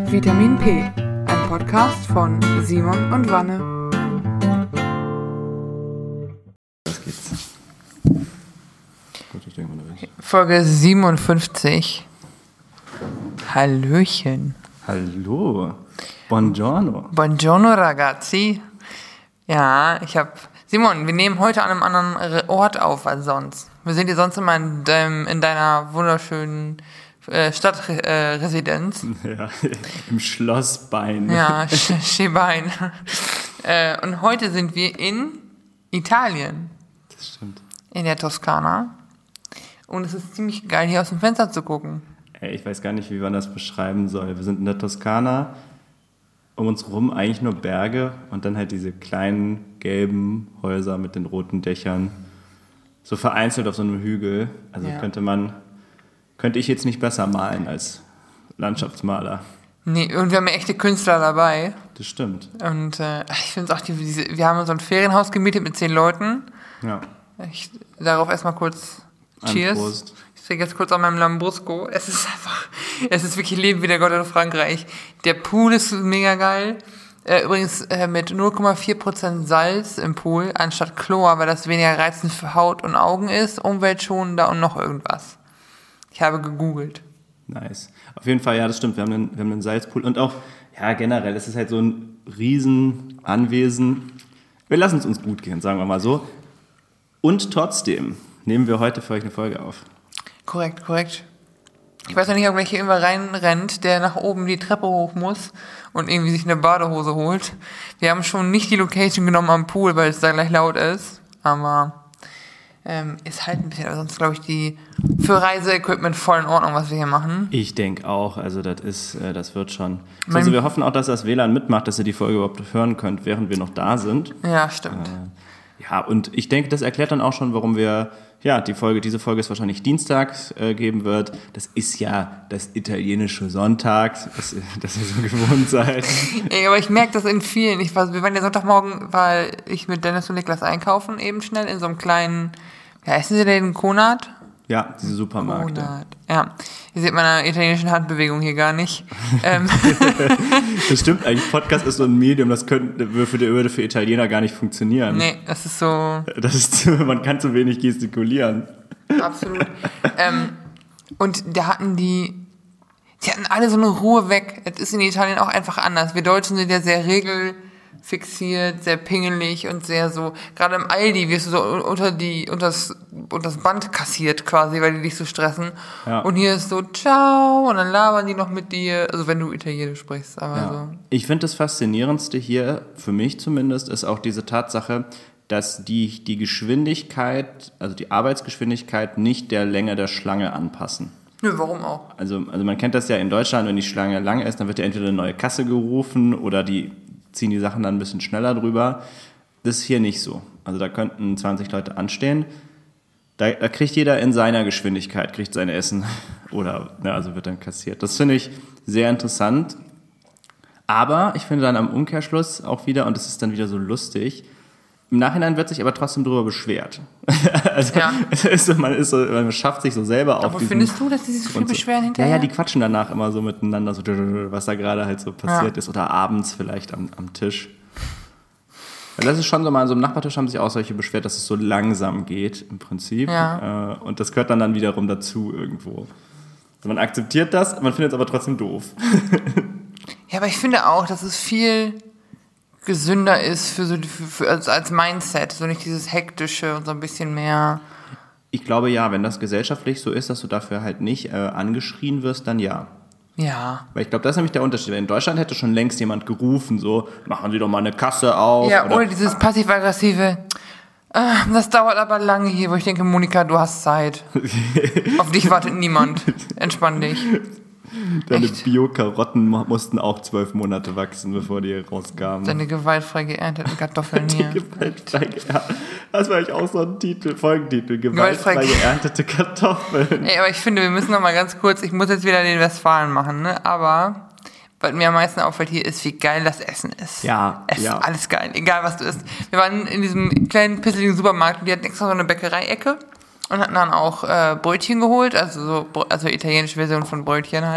Vitamin P, ein Podcast von Simon und Wanne. Los geht's. Gut, ich denke mal durch. Folge 57. Hallöchen. Hallo. Buongiorno. Buongiorno ragazzi. Ja, Simon, wir nehmen heute an einem anderen Ort auf als sonst. Wir sind hier sonst immer in deiner wunderschönen Stadtresidenz. Ja, im Schlossbein. Ja, Schebein. Und heute sind wir in Italien. Das stimmt. In der Toskana. Und es ist ziemlich geil, hier aus dem Fenster zu gucken. Ey, ich weiß gar nicht, wie man das beschreiben soll. Wir sind in der Toskana, um uns rum eigentlich nur Berge und dann halt diese kleinen gelben Häuser mit den roten Dächern. So vereinzelt auf so einem Hügel. Also ja. Könnte ich jetzt nicht besser malen als Landschaftsmaler. Nee, und wir haben ja echte Künstler dabei. Das stimmt. Und ich finde es auch, wir haben so ein Ferienhaus gemietet mit 10 Leuten. Ja. Darauf erstmal kurz Cheers. Prost. Ich trinke jetzt kurz an meinem Lambrusco. Es ist wirklich Leben wie der Gott in Frankreich. Der Pool ist mega geil. Übrigens mit 0,4% Salz im Pool anstatt Chlor, weil das weniger reizend für Haut und Augen ist, umweltschonender und noch irgendwas. Ich habe gegoogelt. Nice. Auf jeden Fall, ja, das stimmt. Wir haben einen Salzpool und auch, ja, generell, es ist halt so ein Riesenanwesen. Wir lassen es uns gut gehen, sagen wir mal so. Und trotzdem nehmen wir heute für euch eine Folge auf. Korrekt. Ich weiß noch nicht, ob gleich hier irgendwer reinrennt, der nach oben die Treppe hoch muss und irgendwie sich eine Badehose holt. Wir haben schon nicht die Location genommen am Pool, weil es da gleich laut ist. Aber ist halt ein bisschen, sonst glaube ich für Reiseequipment voll in Ordnung, was wir hier machen. Ich denke auch, also das wird schon. Also wir hoffen auch, dass das WLAN mitmacht, dass ihr die Folge überhaupt hören könnt, während wir noch da sind. Ja, stimmt. Ja, und ich denke, das erklärt dann auch schon, warum wir, ja, diese Folge ist wahrscheinlich dienstags geben wird. Das ist ja das italienische Sonntag, das ihr so gewohnt seid. Ey, aber ich merke das in vielen. Wir waren ja Sonntagmorgen, weil ich mit Dennis und Niklas einkaufen, eben schnell in so einem kleinen, wie heißen sie denn, Konad? Ja, diese Supermärkte. Konad. Ja, ihr seht meine italienischen Handbewegung hier gar nicht. Das stimmt eigentlich, Podcast ist so ein Medium, das würde für Italiener gar nicht funktionieren. Nee, das ist so... Man kann zu wenig gestikulieren. Absolut. Und da sie hatten alle so eine Ruhe weg. Es ist in Italien auch einfach anders. Wir Deutschen sind ja sehr regelfixiert, sehr pingelig und sehr so, gerade im Aldi wirst du so unter das Band kassiert quasi, weil die dich so stressen. Ja. Und hier ist so, ciao, und dann labern die noch mit dir, also wenn du Italienisch sprichst. Aber ja. So. Ich finde das Faszinierendste hier, für mich zumindest, ist auch diese Tatsache, dass die Geschwindigkeit, also die Arbeitsgeschwindigkeit nicht der Länge der Schlange anpassen. Nö, warum auch? Also man kennt das ja in Deutschland, wenn die Schlange lang ist, dann wird ja entweder eine neue Kasse gerufen oder die ziehen die Sachen dann ein bisschen schneller drüber. Das ist hier nicht so. Also da könnten 20 Leute anstehen. Da kriegt jeder in seiner Geschwindigkeit, kriegt sein Essen oder also wird dann kassiert. Das finde ich sehr interessant. Aber ich finde dann am Umkehrschluss auch wieder, und das ist dann wieder so lustig, im Nachhinein wird sich aber trotzdem drüber beschwert. Also ja. Man schafft sich so selber auf. Aber findest du, dass die sich so viel beschweren hinterher? Ja, die quatschen danach immer so miteinander, so, was da gerade halt so passiert ist. Oder abends vielleicht am Tisch. Weil das ist schon so, mal an so einem Nachbartisch haben sich auch solche beschwert, dass es so langsam geht im Prinzip. Ja. Und das gehört dann wiederum dazu irgendwo. Also man akzeptiert das, man findet es aber trotzdem doof. Ja, aber ich finde auch, dass es viel gesünder ist für als Mindset, so nicht dieses Hektische und so ein bisschen mehr. Ich glaube ja, wenn das gesellschaftlich so ist, dass du dafür halt nicht angeschrien wirst, dann ja. Ja. Weil ich glaube, das ist nämlich der Unterschied. In Deutschland hätte schon längst jemand gerufen, so, machen Sie doch mal eine Kasse auf. Ja, oder dieses passiv-aggressive, das dauert aber lange hier, wo ich denke, Monika, du hast Zeit. Auf dich wartet niemand. Entspann dich. Deine Bio-Karotten mussten auch 12 Monate wachsen, bevor die rauskamen. Deine gewaltfrei geernteten Kartoffeln hier. Das war eigentlich auch so ein Folgentitel. Gewaltfrei geerntete Kartoffeln. Ey, aber ich finde, wir müssen noch mal ganz kurz, ich muss jetzt wieder den Westfalen machen, ne? Aber was mir am meisten auffällt hier ist, wie geil das Essen ist. Ja. Es ist alles geil, egal was du isst. Wir waren in diesem kleinen, pisseligen Supermarkt und die hatten extra so eine Bäckerei-Ecke und hatten dann auch Brötchen geholt, also italienische Version von Brötchen halt.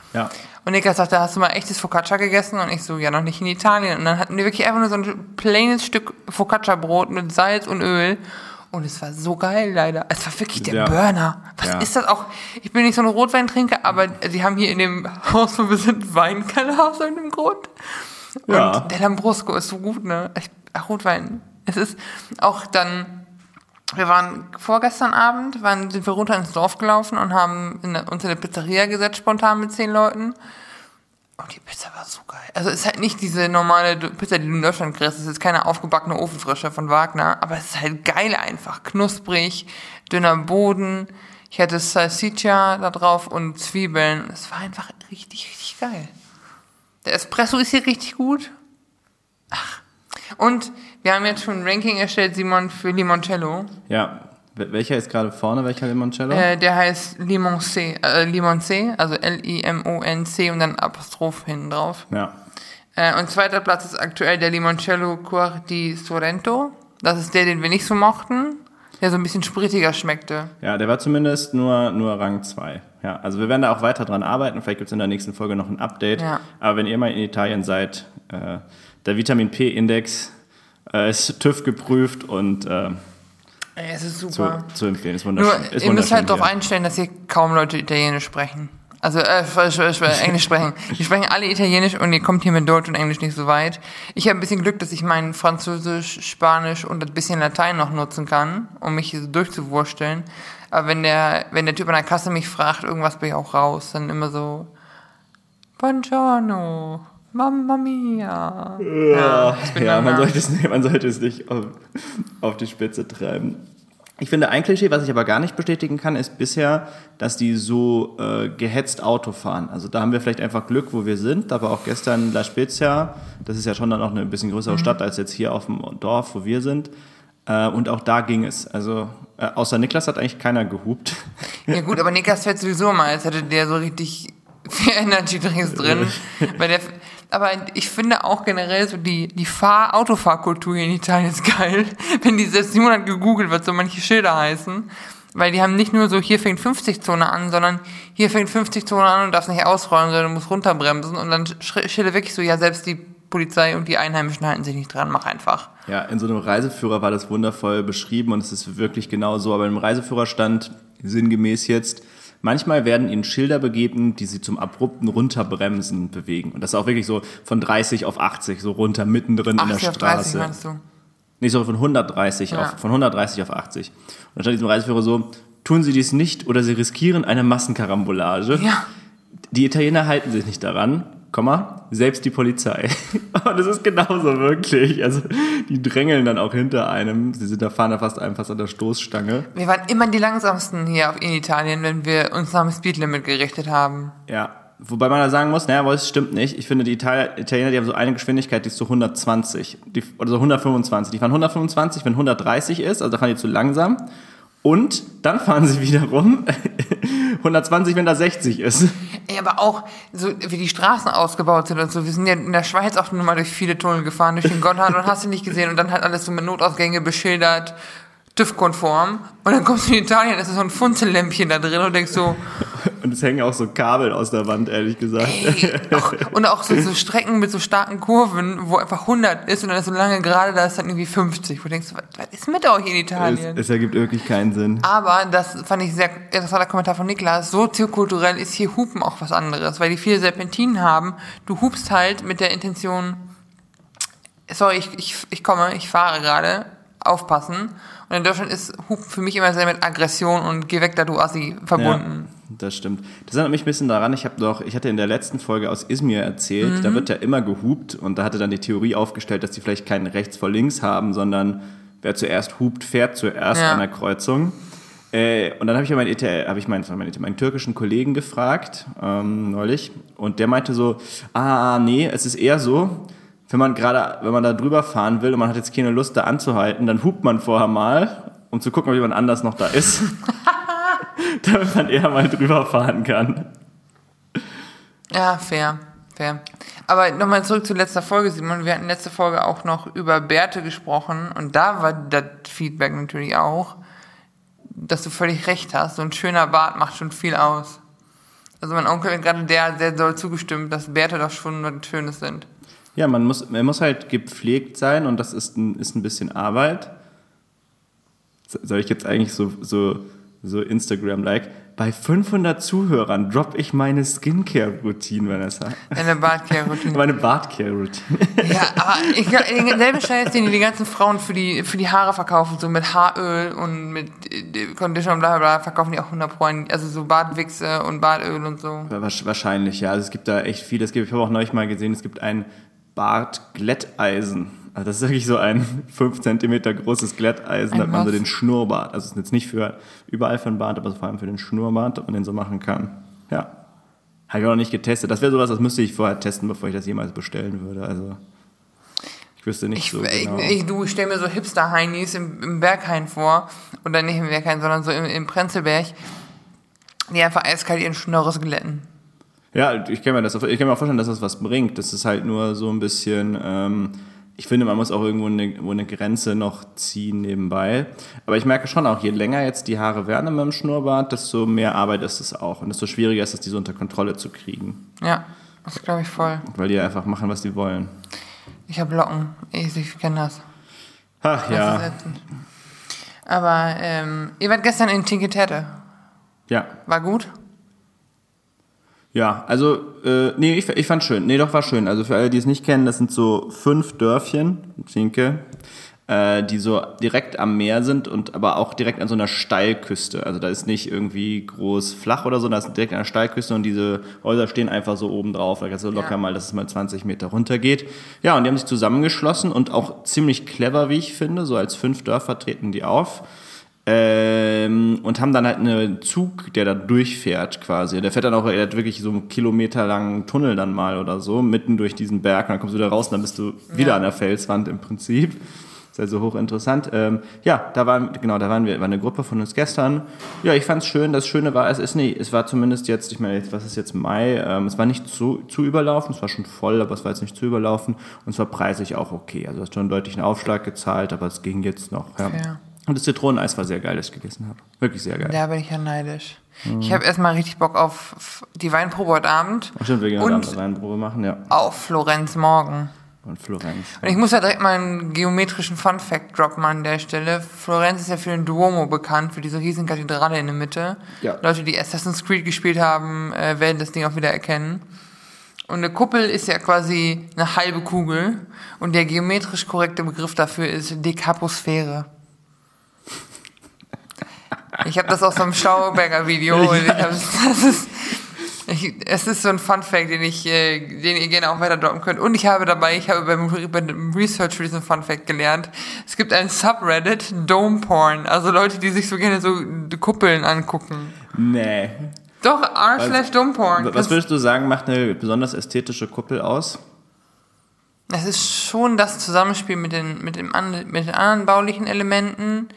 Ja. Und Niklas sagte, hast du mal echtes Focaccia gegessen? Und ich so, ja, noch nicht in Italien. Und dann hatten wir wirklich einfach nur so ein plaines Stück Focaccia-Brot mit Salz und Öl. Und es war so geil, leider. Es war wirklich der Burner. Was ist das auch? Ich bin nicht so ein Rotweintrinker, aber sie haben hier in dem Haus, wo wir sind, Weinkeller aus irgendeinem Grund. Ja. Und der Lambrusco ist so gut, ne? Rotwein. Es ist auch dann, wir waren vorgestern Abend, sind wir runter ins Dorf gelaufen und haben uns in eine Pizzeria gesetzt, spontan mit 10 Leuten. Und die Pizza war so geil. Also es ist halt nicht diese normale Pizza, die du in Deutschland kriegst. Es ist keine aufgebackene Ofenfrische von Wagner. Aber es ist halt geil einfach. Knusprig, dünner Boden. Ich hatte Salsiccia da drauf und Zwiebeln. Es war einfach richtig, richtig geil. Der Espresso ist hier richtig gut. Ach. Und wir haben jetzt schon ein Ranking erstellt, Simon, für Limoncello. Ja. Welcher ist gerade vorne? Welcher Limoncello? Der heißt Limonce, also Limonc und dann Apostroph hinten drauf. Ja. Und zweiter Platz ist aktuell der Limoncello Cuor di Sorrento. Das ist der, den wir nicht so mochten, der so ein bisschen sprittiger schmeckte. Ja, der war zumindest nur Rang 2. Ja, also wir werden da auch weiter dran arbeiten. Vielleicht gibt es in der nächsten Folge noch ein Update. Ja. Aber wenn ihr mal in Italien seid, der Vitamin P-Index ist TÜV geprüft und es ist super. Zu empfehlen, ist wunderschön. Nur, ihr müsst halt darauf einstellen, dass hier kaum Leute Italienisch sprechen. Also Englisch sprechen. Die sprechen alle Italienisch und ihr kommt hier mit Deutsch und Englisch nicht so weit. Ich habe ein bisschen Glück, dass ich mein Französisch, Spanisch und ein bisschen Latein noch nutzen kann, um mich hier so durchzuwursteln. Aber wenn der Typ an der Kasse mich fragt, irgendwas bin ich auch raus. Dann immer so Buongiorno, Mamma mia. Ja, man sollte es nicht auf die Spitze treiben. Ich finde, ein Klischee, was ich aber gar nicht bestätigen kann, ist bisher, dass die so gehetzt Auto fahren. Also da haben wir vielleicht einfach Glück, wo wir sind. Aber auch gestern La Spezia, das ist ja schon dann auch eine bisschen größere Stadt als jetzt hier auf dem Dorf, wo wir sind. Und auch da ging es. Also außer Niklas hat eigentlich keiner gehupt. Ja gut, aber Niklas fährt sowieso mal, als hätte der so richtig viel Energy Drinks drin. Aber ich finde auch generell so die Autofahrkultur hier in Italien ist geil. Wenn die selbst Simon hat gegoogelt, was so manche Schilder heißen. Weil die haben nicht nur so, hier fängt 50-Zone an, sondern hier fängt 50-Zone an und darfst nicht ausrollen, sondern du musst runterbremsen. Und dann Schilder wirklich so, ja, selbst die Polizei und die Einheimischen halten sich nicht dran, mach einfach. Ja, in so einem Reiseführer war das wundervoll beschrieben und es ist wirklich genau so. Aber im Reiseführer stand sinngemäß jetzt, manchmal werden ihnen Schilder begeben, die sie zum abrupten Runterbremsen bewegen. Und das ist auch wirklich so von 30 auf 80, so runter, mittendrin in der Straße. 30 meinst du? Nee, sorry, von 130 auf 80. Und dann stand in diesem Reiseführer so, tun Sie dies nicht oder Sie riskieren eine Massenkarambolage. Ja. Die Italiener halten sich nicht daran, selbst die Polizei. Und das ist genauso wirklich. Also die drängeln dann auch hinter einem. Fahren da fast an der Stoßstange. Wir waren immer die langsamsten hier in Italien, wenn wir uns nach dem Speedlimit gerichtet haben. Ja, wobei man da sagen muss, das stimmt nicht. Ich finde, die Italiener, die haben so eine Geschwindigkeit, die ist so 120. Oder so 125. Die fahren 125, wenn 130 ist, also da fahren die zu langsam. Und dann fahren sie wiederum 120, wenn da 60 ist. Ja, aber auch, so wie die Straßen ausgebaut sind und so. Wir sind ja in der Schweiz auch nur mal durch viele Tunnel gefahren, durch den Gotthard und hast du nicht gesehen. Und dann halt alles so mit Notausgänge beschildert, TÜV-konform. Und dann kommst du in Italien, da ist so ein Funzellämpchen da drin und denkst so... Und es hängen auch so Kabel aus der Wand, ehrlich gesagt. Und auch so Strecken mit so starken Kurven, wo einfach 100 ist und dann ist so lange gerade, da ist dann irgendwie 50. Wo du denkst, was ist mit euch in Italien? Es ergibt wirklich keinen Sinn. Aber, das fand ich sehr interessanter Kommentar von Niklas, soziokulturell ist hier Hupen auch was anderes, weil die viele Serpentinen haben. Du hupst halt mit der Intention, sorry, ich komme, ich fahre gerade, aufpassen. Und in Deutschland ist Hupen für mich immer sehr mit Aggression und geh weg da, du Assi, verbunden. Ja. Das stimmt. Das erinnert mich ein bisschen daran, ich hatte in der letzten Folge aus Izmir erzählt, da wird ja immer gehupt und da hatte dann die Theorie aufgestellt, dass die vielleicht keinen rechts vor links haben, sondern wer zuerst hupt, fährt zuerst an der Kreuzung. Und dann habe ich meinen türkischen Kollegen gefragt, neulich, und der meinte so, nee, es ist eher so, wenn man da drüber fahren will und man hat jetzt keine Lust da anzuhalten, dann hupt man vorher mal, um zu gucken, ob jemand anders noch da ist. Damit man eher mal drüber fahren kann. Ja, fair. Aber nochmal zurück zur letzten Folge, Simon. Wir hatten letzte Folge auch noch über Bärte gesprochen und da war das Feedback natürlich auch, dass du völlig recht hast. So ein schöner Bart macht schon viel aus. Also mein Onkel, gerade der hat sehr doll zugestimmt, dass Bärte doch schon was Schönes sind. Ja, man muss halt gepflegt sein und das ist ein bisschen Arbeit. Soll ich jetzt eigentlich so Instagram-like? Bei 500 Zuhörern droppe ich meine Skincare-Routine, Vanessa. Eine Bartcare-Routine. Meine Bartcare-Routine. Ja, aber ich glaube, denselben Scheiß, den die ganzen Frauen für die Haare verkaufen, so mit Haaröl und mit Conditioner und bla bla bla, verkaufen die auch 100%, also so Bartwichse und Bartöl und so. Wahrscheinlich, ja. Also es gibt da echt viel. Ich habe auch neulich mal gesehen, es gibt ein Bartglätteisen. Also das ist wirklich so ein 5 cm großes Glätteisen, da hat man so den Schnurrbart. Also es ist jetzt nicht überall für den Bart, aber vor allem für den Schnurrbart, dass man den so machen kann. Ja. Habe ich auch noch nicht getestet. Das wäre sowas, das müsste ich vorher testen, bevor ich das jemals bestellen würde. Also ich wüsste nicht so genau. Du stell mir so Hipster-Heinis im Berghain vor. Oder nicht im Berghain, sondern so im Prenzlberg. Die einfach eiskalt ihren Schnorres glätten. Ja, ich kann mir auch vorstellen, dass das was bringt. Das ist halt nur so ein bisschen... ich finde, man muss auch irgendwo eine Grenze noch ziehen nebenbei. Aber ich merke schon auch, je länger jetzt die Haare werden in meinem Schnurrbart, desto mehr Arbeit ist es auch. Und desto schwieriger ist es, die so unter Kontrolle zu kriegen. Ja, das glaube ich voll. Weil die einfach machen, was die wollen. Ich habe Locken. Ich kenne das. Ach ja. Das ist ätzend. Aber ihr wart gestern in Cinque Terre. Ja. War gut? Ja, also, nee, ich fand schön. Nee, doch, war schön. Also für alle, die es nicht kennen, das sind so 5 Dörfchen, Cinque, die so direkt am Meer sind und aber auch direkt an so einer Steilküste. Also da ist nicht irgendwie groß flach oder so, da ist direkt an einer Steilküste und diese Häuser stehen einfach so oben drauf. Da kannst du locker mal, dass es mal 20 Meter runter geht. Ja, und die haben sich zusammengeschlossen und auch ziemlich clever, wie ich finde. So als 5 Dörfer treten die auf. Und haben dann halt einen Zug, der da durchfährt quasi. Der fährt dann auch, er hat wirklich so einen kilometerlangen Tunnel dann mal oder so, mitten durch diesen Berg. Und dann kommst du wieder raus und dann bist du wieder an der Felswand im Prinzip. Ist also hochinteressant. Ja, da war eine Gruppe von uns gestern. Ja, ich fand's schön. Das Schöne war, es war zumindest jetzt, ich meine, was ist jetzt Mai? Es war nicht zu überlaufen, es war schon voll, aber es war jetzt nicht zu überlaufen. Und es war preislich auch okay. Also du hast schon einen deutlichen Aufschlag gezahlt, aber es ging jetzt noch. Ja. Fair. Und das Zitroneneis war sehr geil, das ich gegessen habe. Wirklich sehr geil. Da bin ich ja neidisch. Ich habe erstmal richtig Bock auf die Weinprobe heute Abend. Stimmt, wir gehen heute Abend eine Weinprobe machen, ja. Auf Florenz morgen. Und Florenz. Und ich muss ja direkt mal einen geometrischen Fun-Fact droppen an der Stelle. Florenz ist ja für den Duomo bekannt, für diese riesen Kathedrale in der Mitte. Ja. Leute, die Assassin's Creed gespielt haben, werden das Ding auch wieder erkennen. Und eine Kuppel ist ja quasi eine halbe Kugel. Und der geometrisch korrekte Begriff dafür ist Dekaposphäre. Ich habe das aus so einem Schauberger-Video. Es ist so ein Fun-Fact, den ihr gerne auch weiter droppen könnt. Und ich habe beim Research für diesen Fun-Fact gelernt, es gibt ein Subreddit, Dome-Porn. Also Leute, die sich so gerne so Kuppeln angucken. Nee. Doch, r/Dome-Porn. Was würdest du sagen, macht eine besonders ästhetische Kuppel aus? Es ist schon das Zusammenspiel mit den anderen baulichen Elementen.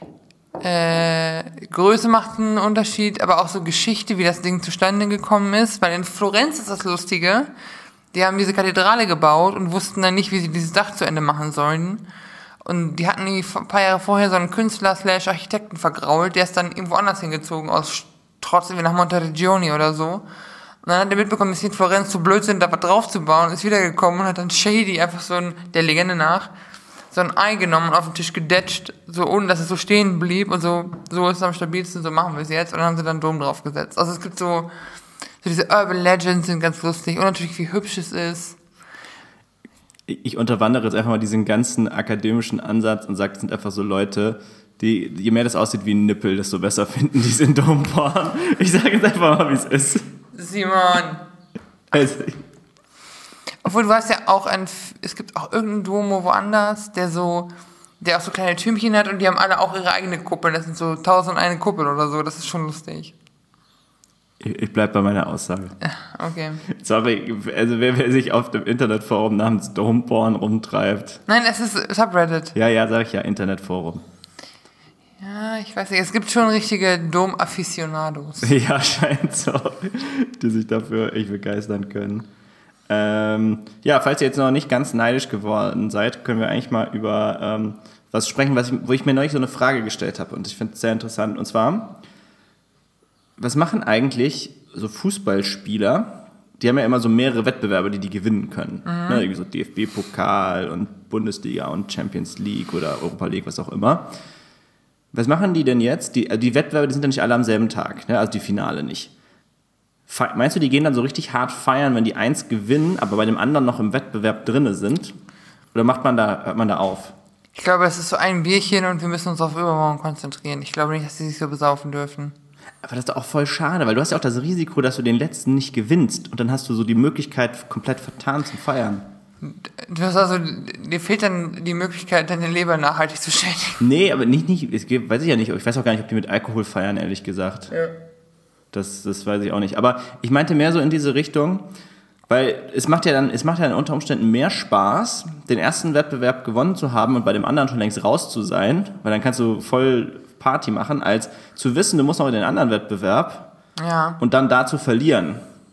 Größe macht einen Unterschied, aber auch so Geschichte, wie das Ding zustande gekommen ist, weil in Florenz ist das Lustige, die haben diese Kathedrale gebaut und wussten dann nicht, wie sie dieses Dach zu Ende machen sollen und die hatten ein paar Jahre vorher so einen Künstler/Architekten vergrault, der ist dann irgendwo anders hingezogen, trotzdem wie nach Monteriggioni oder so und dann hat er mitbekommen, dass die in Florenz zu blöd sind, da was drauf zu bauen, ist wiedergekommen und hat dann Shady einfach der Legende nach so ein Ei genommen und auf den Tisch gedetscht, so ohne dass es so stehen blieb und so ist es am stabilsten, so machen wir es jetzt und dann haben sie dann Dom drauf gesetzt. Also es gibt so diese Urban Legends sind ganz lustig und natürlich wie hübsch es ist. Ich unterwandere jetzt einfach mal diesen ganzen akademischen Ansatz und sage, es sind einfach so Leute, die, je mehr das aussieht wie ein Nippel, desto besser finden die es in Dom-Porn. Ich sage jetzt einfach mal, wie es ist. Simon. Obwohl, du hast ja auch es gibt auch irgendeinen Duomo woanders, der auch so kleine Türmchen hat und die haben alle auch ihre eigene Kuppel. Das sind so 1001 Kuppel oder so, das ist schon lustig. Ich bleib bei meiner Aussage. Okay. Sorry, also wer sich auf dem Internetforum namens Dome-Porn rumtreibt. Nein, es ist Subreddit. Ja, sag ich ja, Internetforum. Ja, ich weiß nicht, es gibt schon richtige Dom-Afficionados. Ja, scheint so, die sich dafür echt begeistern können. Ja, falls ihr jetzt noch nicht ganz neidisch geworden seid, können wir eigentlich mal über was sprechen, wo ich mir neulich so eine Frage gestellt habe und ich finde es sehr interessant. Und zwar, was machen eigentlich so Fußballspieler, die haben ja immer so mehrere Wettbewerbe, die gewinnen können. Ne, irgendwie so DFB-Pokal und Bundesliga und Champions League oder Europa League, was auch immer. Was machen die denn jetzt? Die Wettbewerbe, die sind ja nicht alle am selben Tag, ne? Also die Finale nicht. Meinst du, die gehen dann so richtig hart feiern, wenn die eins gewinnen, aber bei dem anderen noch im Wettbewerb drinne sind? Oder hört man da auf? Ich glaube, es ist so ein Bierchen und wir müssen uns auf übermorgen konzentrieren. Ich glaube nicht, dass die sich so besaufen dürfen. Aber das ist doch auch voll schade, weil du hast ja auch das Risiko, dass du den letzten nicht gewinnst und dann hast du so die Möglichkeit, komplett vertan zu feiern. Du hast also, dir fehlt dann die Möglichkeit, deine Leber nachhaltig zu schädigen. Nee, aber nicht, weiß ich ja nicht. Ich weiß auch gar nicht, ob die mit Alkohol feiern, ehrlich gesagt. Ja. Das weiß ich auch nicht. Aber ich meinte mehr so in diese Richtung, weil es macht ja dann unter Umständen mehr Spaß, den ersten Wettbewerb gewonnen zu haben und bei dem anderen schon längst raus zu sein, weil dann kannst du voll Party machen, als zu wissen, du musst noch in den anderen Wettbewerb und dann da zu verlieren.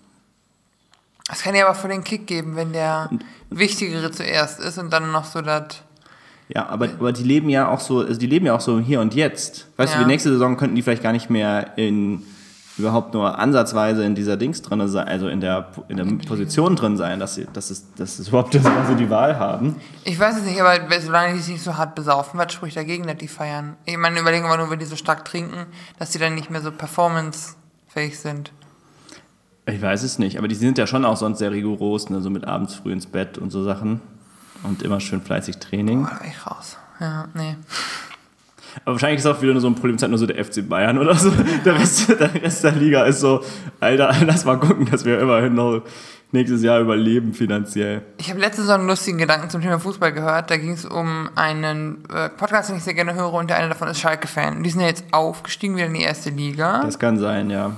Das kann ja aber voll den Kick geben, wenn der Wichtigere zuerst ist und dann noch so das... Ja, aber die leben ja auch so, also die leben ja auch so im Hier und Jetzt. Weißt du, die nächste Saison könnten die vielleicht gar nicht mehr überhaupt nur ansatzweise in dieser Dings drin sein, also in der Position drin sein, dass es überhaupt also die Wahl haben. Ich weiß es nicht, aber solange die sich nicht so hart besaufen, was spricht dagegen, dass die feiern? Ich meine, überlegen wir nur, wenn die so stark trinken, dass die dann nicht mehr so performancefähig sind. Ich weiß es nicht, aber die sind ja schon auch sonst sehr rigoros, ne, so mit abends früh ins Bett und so Sachen und immer schön fleißig Training. Boah, da bin ich raus. Ja, nee. Aber wahrscheinlich ist auch wieder nur so ein Problem, nur so der FC Bayern oder so. Der Rest der Liga ist so, Alter, lass mal gucken, dass wir immerhin noch nächstes Jahr überleben finanziell. Ich habe letzte Saison einen lustigen Gedanken zum Thema Fußball gehört. Da ging es um einen Podcast, den ich sehr gerne höre und der eine davon ist Schalke-Fan. Und die sind ja jetzt aufgestiegen wieder in die erste Liga. Das kann sein, ja.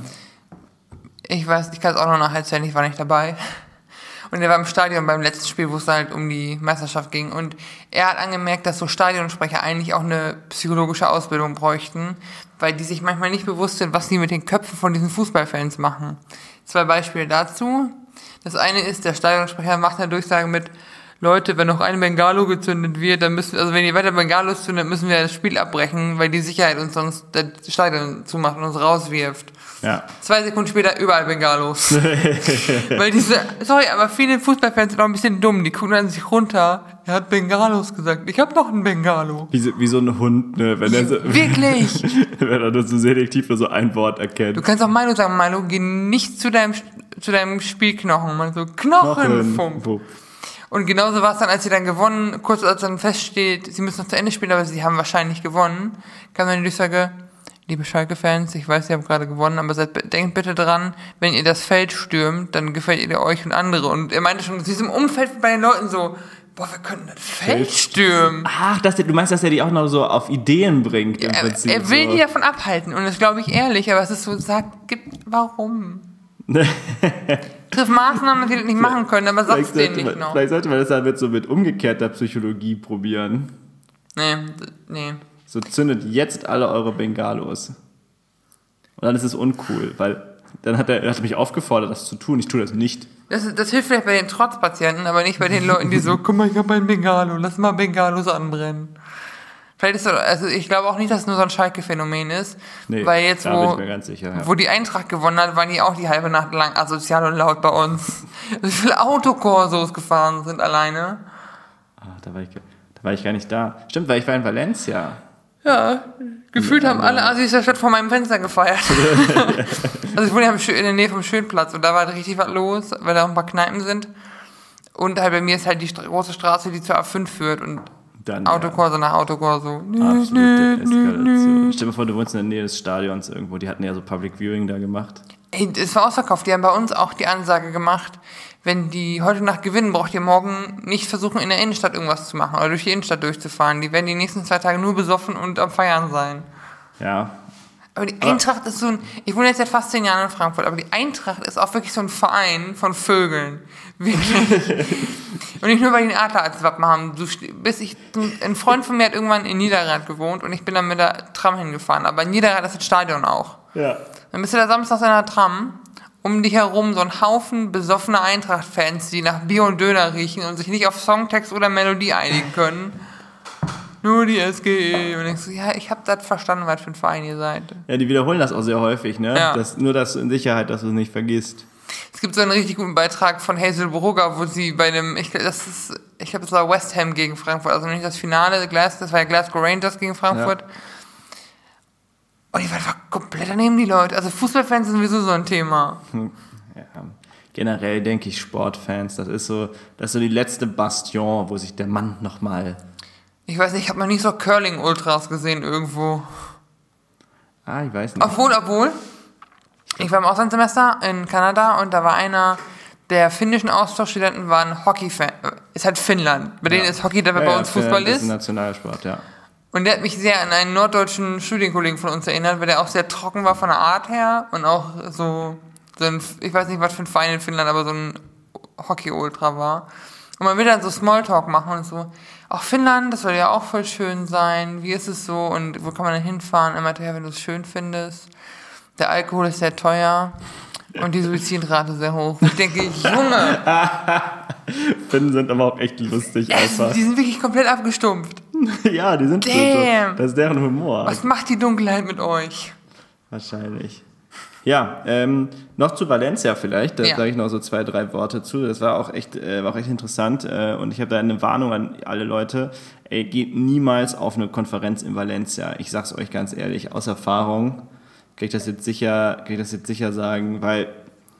Ich kann es auch noch nacherzählen, ich war nicht dabei. Und er war im Stadion beim letzten Spiel, wo es halt um die Meisterschaft ging. Und er hat angemerkt, dass so Stadionsprecher eigentlich auch eine psychologische Ausbildung bräuchten, weil die sich manchmal nicht bewusst sind, was die mit den Köpfen von diesen Fußballfans machen. 2 Beispiele dazu. Das eine ist, der Stadionsprecher macht eine Durchsage mit: Leute, wenn noch ein Bengalo gezündet wird, dann wenn ihr weiter Bengalos zündet, müssen wir das Spiel abbrechen, weil die Sicherheit uns sonst das Stadion zumacht und uns rauswirft. Ja. 2 Sekunden später überall Bengalos. Weil aber viele Fußballfans sind auch ein bisschen dumm. Die gucken dann sich runter. Er hat Bengalos gesagt. Ich habe noch einen Bengalo. Wie so ein Hund, ne? Wenn Wirklich? Wenn er nur so selektiv nur so ein Wort erkennt. Du kannst auch Milo sagen: Milo, geh nicht zu deinem Spielknochen. Man so, Knochenfump. Und genauso war es dann, als sie dann gewonnen, kurz als dann feststeht, sie müssen noch zu Ende spielen, aber sie haben wahrscheinlich gewonnen, kam dann die Durchsage: Liebe Schalke-Fans, ich weiß, ihr habt gerade gewonnen, aber denkt bitte dran, wenn ihr das Feld stürmt, dann gefällt ihr euch und andere. Und er meinte schon, sie ist im Umfeld bei den Leuten so: Boah, wir könnten das Feld stürmen. Ach, du meinst, dass er die auch noch so auf Ideen bringt im Prinzip. Er will die davon abhalten und das glaube ich ehrlich, aber es ist so, warum? Triff Maßnahmen, die das nicht machen können, aber sag's denen nicht noch. Vielleicht sollte man das dann mit umgekehrter Psychologie probieren. Nee. So, zündet jetzt alle eure Bengalos. Und dann ist es uncool, weil dann hat er mich aufgefordert, das zu tun. Ich tue das nicht. Das hilft vielleicht bei den Trotzpatienten, aber nicht bei den Leuten, die so: Guck mal, ich habe ein Bengalo, lass mal Bengalos anbrennen. Vielleicht ist ich glaube auch nicht, dass es nur so ein Schalke-Phänomen ist. Nee, weil jetzt, da bin ich mir ganz sicher, ja. Wo die Eintracht gewonnen hat, waren die auch die halbe Nacht lang asozial und laut bei uns. Wie viele Autokorsos gefahren sind alleine. Ach, da war ich gar nicht da. Stimmt, weil ich war in Valencia. Ja, gefühlt haben alle Assis der Stadt vor meinem Fenster gefeiert. Also ich wohne ja in der Nähe vom Schönplatz und da war richtig was los, weil da auch ein paar Kneipen sind. Und halt bei mir ist halt die große Straße, die zur A5 führt und dann, Autokorso nach Autokorso. Absolute Eskalation. Stell dir vor, du wohnst in der Nähe des Stadions irgendwo. Die hatten ja so Public Viewing da gemacht. Ey, es war ausverkauft. Die haben bei uns auch die Ansage gemacht: Wenn die heute Nacht gewinnen, braucht ihr morgen nicht versuchen, in der Innenstadt irgendwas zu machen oder durch die Innenstadt durchzufahren. Die werden die nächsten 2 Tage nur besoffen und am Feiern sein. Ja. Aber die Eintracht ist so ich wohne jetzt seit fast 10 Jahren in Frankfurt, aber die Eintracht ist auch wirklich so ein Verein von Vögeln. Wirklich. Und nicht nur, weil die einen Adler als Wappen haben. Ein Freund von mir hat irgendwann in Niederrad gewohnt und ich bin dann mit der Tram hingefahren. Aber in Niederrad ist das Stadion auch. Ja. Dann bist du da samstags in der Tram, um dich herum so ein Haufen besoffener Eintracht-Fans, die nach Bier und Döner riechen und sich nicht auf Songtext oder Melodie einigen können. nur die SGE. Und ich so, ja, ich habe das verstanden, was für ein Verein ihr seid. Ja, die wiederholen das auch sehr häufig, ne? Ja. Nur das in Sicherheit, dass du es nicht vergisst. Es gibt so einen richtig guten Beitrag von Hazel Brugger, wo sie bei dem, ich glaube, das war West Ham gegen Frankfurt, also nicht das Finale, das war ja Glasgow Rangers gegen Frankfurt. Ja. Und ich war einfach komplett daneben, die Leute. Also Fußballfans sind sowieso so ein Thema. Ja. Generell denke ich Sportfans, das ist so die letzte Bastion, wo sich der Mann nochmal... Ich weiß nicht, ich habe noch nie so Curling-Ultras gesehen irgendwo. Ich weiß nicht. Obwohl, ich war im Auslandssemester in Kanada und da war einer der finnischen Austauschstudenten, war ein Hockey-Fan. Ist halt Finnland. Bei denen ist Hockey, da bei uns Fußball ist. Das ist ein Nationalsport, ja. Und der hat mich sehr an einen norddeutschen Studienkollegen von uns erinnert, weil der auch sehr trocken war von der Art her und auch so ein, ich weiß nicht, was für ein Verein in Finnland, aber so ein Hockey-Ultra war. Und man will dann so Smalltalk machen und so, auch Finnland, das soll ja auch voll schön sein, wie ist es so und wo kann man denn hinfahren? Er meinte, ja, wenn du es schön findest. Der Alkohol ist sehr teuer und die Suizidrate sehr hoch. Ich denke, Junge! Finnen sind aber auch echt lustig einfach. Die sind wirklich komplett abgestumpft. Ja, die sind Damn. Das ist deren Humor. Was macht die Dunkelheit mit euch? Wahrscheinlich. Ja, noch zu Valencia vielleicht, da sage ich noch so 2, 3 Worte zu. Das war auch echt interessant und ich habe da eine Warnung an alle Leute. Geht niemals auf eine Konferenz in Valencia. Ich sag's euch ganz ehrlich, aus Erfahrung kann ich das jetzt sicher sagen, weil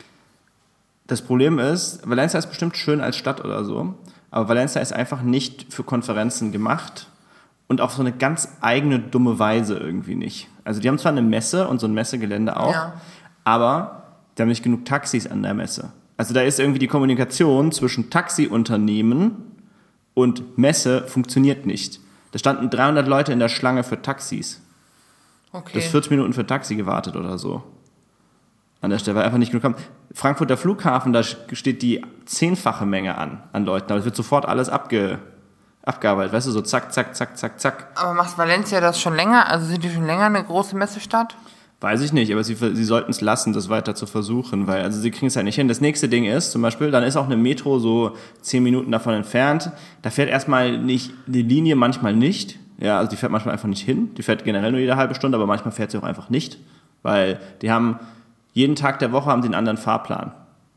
das Problem ist, Valencia ist bestimmt schön als Stadt oder so, aber Valencia ist einfach nicht für Konferenzen gemacht und auf so eine ganz eigene, dumme Weise irgendwie nicht. Also die haben zwar eine Messe und so ein Messegelände auch, aber die haben nicht genug Taxis an der Messe. Also da ist irgendwie die Kommunikation zwischen Taxiunternehmen und Messe funktioniert nicht. Da standen 300 Leute in der Schlange für Taxis. Okay. Du hast 40 Minuten für Taxi gewartet oder so. An der Stelle, weil einfach nicht genug kam. Frankfurter Flughafen, da steht die 10-fache Menge an Leuten, aber es wird sofort alles abgearbeitet, weißt du, so zack, zack, zack, zack, zack. Aber macht Valencia das schon länger? Also sind die schon länger eine große Messestadt? Weiß ich nicht, aber sie sollten es lassen, das weiter zu versuchen, weil also sie kriegen es halt nicht hin. Das nächste Ding ist zum Beispiel, dann ist auch eine Metro so 10 Minuten davon entfernt. Da fährt erstmal nicht die Linie, manchmal nicht. Ja, also die fährt manchmal einfach nicht hin. Die fährt generell nur jede halbe Stunde, aber manchmal fährt sie auch einfach nicht, weil die haben jeden Tag der Woche haben sie einen anderen Fahrplan.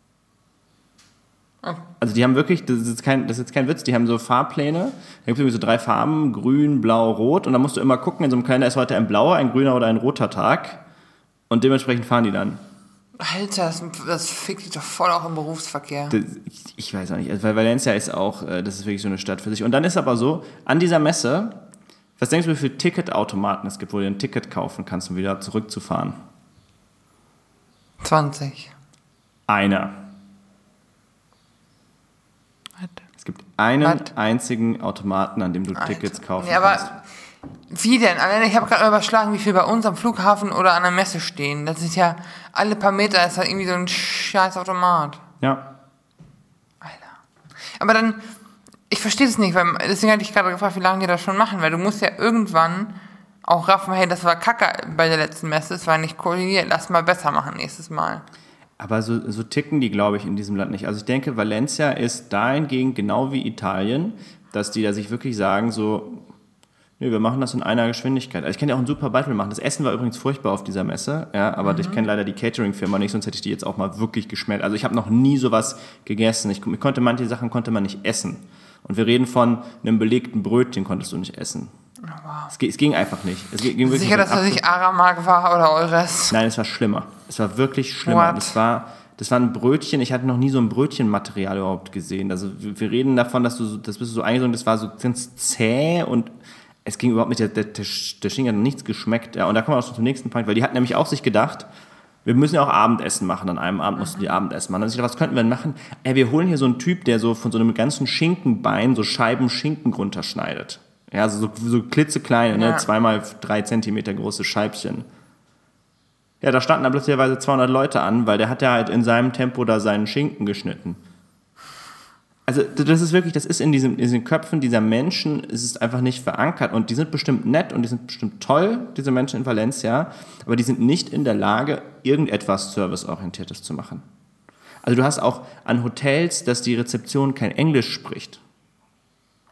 Oh. Also die haben wirklich, das ist jetzt kein Witz, die haben so Fahrpläne, da gibt es irgendwie so 3 Farben, grün, blau, rot und dann musst du immer gucken, in so einem Kalender ist heute ein blauer, ein grüner oder ein roter Tag und dementsprechend fahren die dann. Alter, das fickt dich doch voll auch im Berufsverkehr. Ich weiß auch nicht, also weil Valencia ist auch, das ist wirklich so eine Stadt für sich. Und dann ist aber so, an dieser Messe, was denkst du, wie viele Ticketautomaten es gibt, wo du ein Ticket kaufen kannst, um wieder zurückzufahren? 20. Einer. Es gibt einen einzigen Automaten, an dem du Tickets kaufen kannst. Aber wie denn? Ich habe gerade überschlagen, wie viel bei uns am Flughafen oder an der Messe stehen. Das ist ja, alle paar Meter ist halt irgendwie so ein scheiß Automat. Ja. Alter. Aber dann, ich verstehe es nicht, weil deswegen hatte ich gerade gefragt, wie lange die das schon machen, weil du musst ja irgendwann auch raffen, hey, das war kacke bei der letzten Messe, es war nicht koordiniert, lass mal besser machen nächstes Mal. Aber so ticken die, glaube ich, in diesem Land nicht. Also ich denke, Valencia ist dahingehend genau wie Italien, dass die da sich wirklich sagen, so, nee, wir machen das in einer Geschwindigkeit. Also ich kann ja auch ein super Beispiel machen. Das Essen war übrigens furchtbar auf dieser Messe, ja, aber ich kenne leider die Catering-Firma nicht, sonst hätte ich die jetzt auch mal wirklich geschmeckt. Also ich habe noch nie sowas gegessen. Manche Sachen konnte man nicht essen. Und wir reden von einem belegten Brötchen konntest du nicht essen. Oh, wow. Es ging einfach nicht. Es ging wirklich sicher, dass das nicht Aramark war oder Eures? Nein, es war schlimmer. Es war wirklich schlimmer. Das war ein Brötchen. Ich hatte noch nie so ein Brötchenmaterial überhaupt gesehen. Also wir reden davon, das bist du so eingesungen, das war so ganz zäh und es ging überhaupt nicht. Der Schinken hat nichts geschmeckt. Ja, und da kommen wir auch schon zum nächsten Punkt, weil die hatten nämlich auch sich gedacht, wir müssen ja auch Abendessen machen. An einem Abend mussten die Abendessen machen. Dann habe ich gedacht, was könnten wir denn machen? Wir holen hier so einen Typ, der so von so einem ganzen Schinkenbein so Scheiben Schinken runterschneidet. Ja, so klitzekleine, ne, 2x3 Zentimeter große Scheibchen. Ja, da standen dann plötzlich 200 Leute an, weil der hat ja halt in seinem Tempo da seinen Schinken geschnitten. Also das ist in diesen Köpfen dieser Menschen, ist es einfach nicht verankert. Und die sind bestimmt nett und die sind bestimmt toll, diese Menschen in Valencia, aber die sind nicht in der Lage, irgendetwas Serviceorientiertes zu machen. Also du hast auch an Hotels, dass die Rezeption kein Englisch spricht.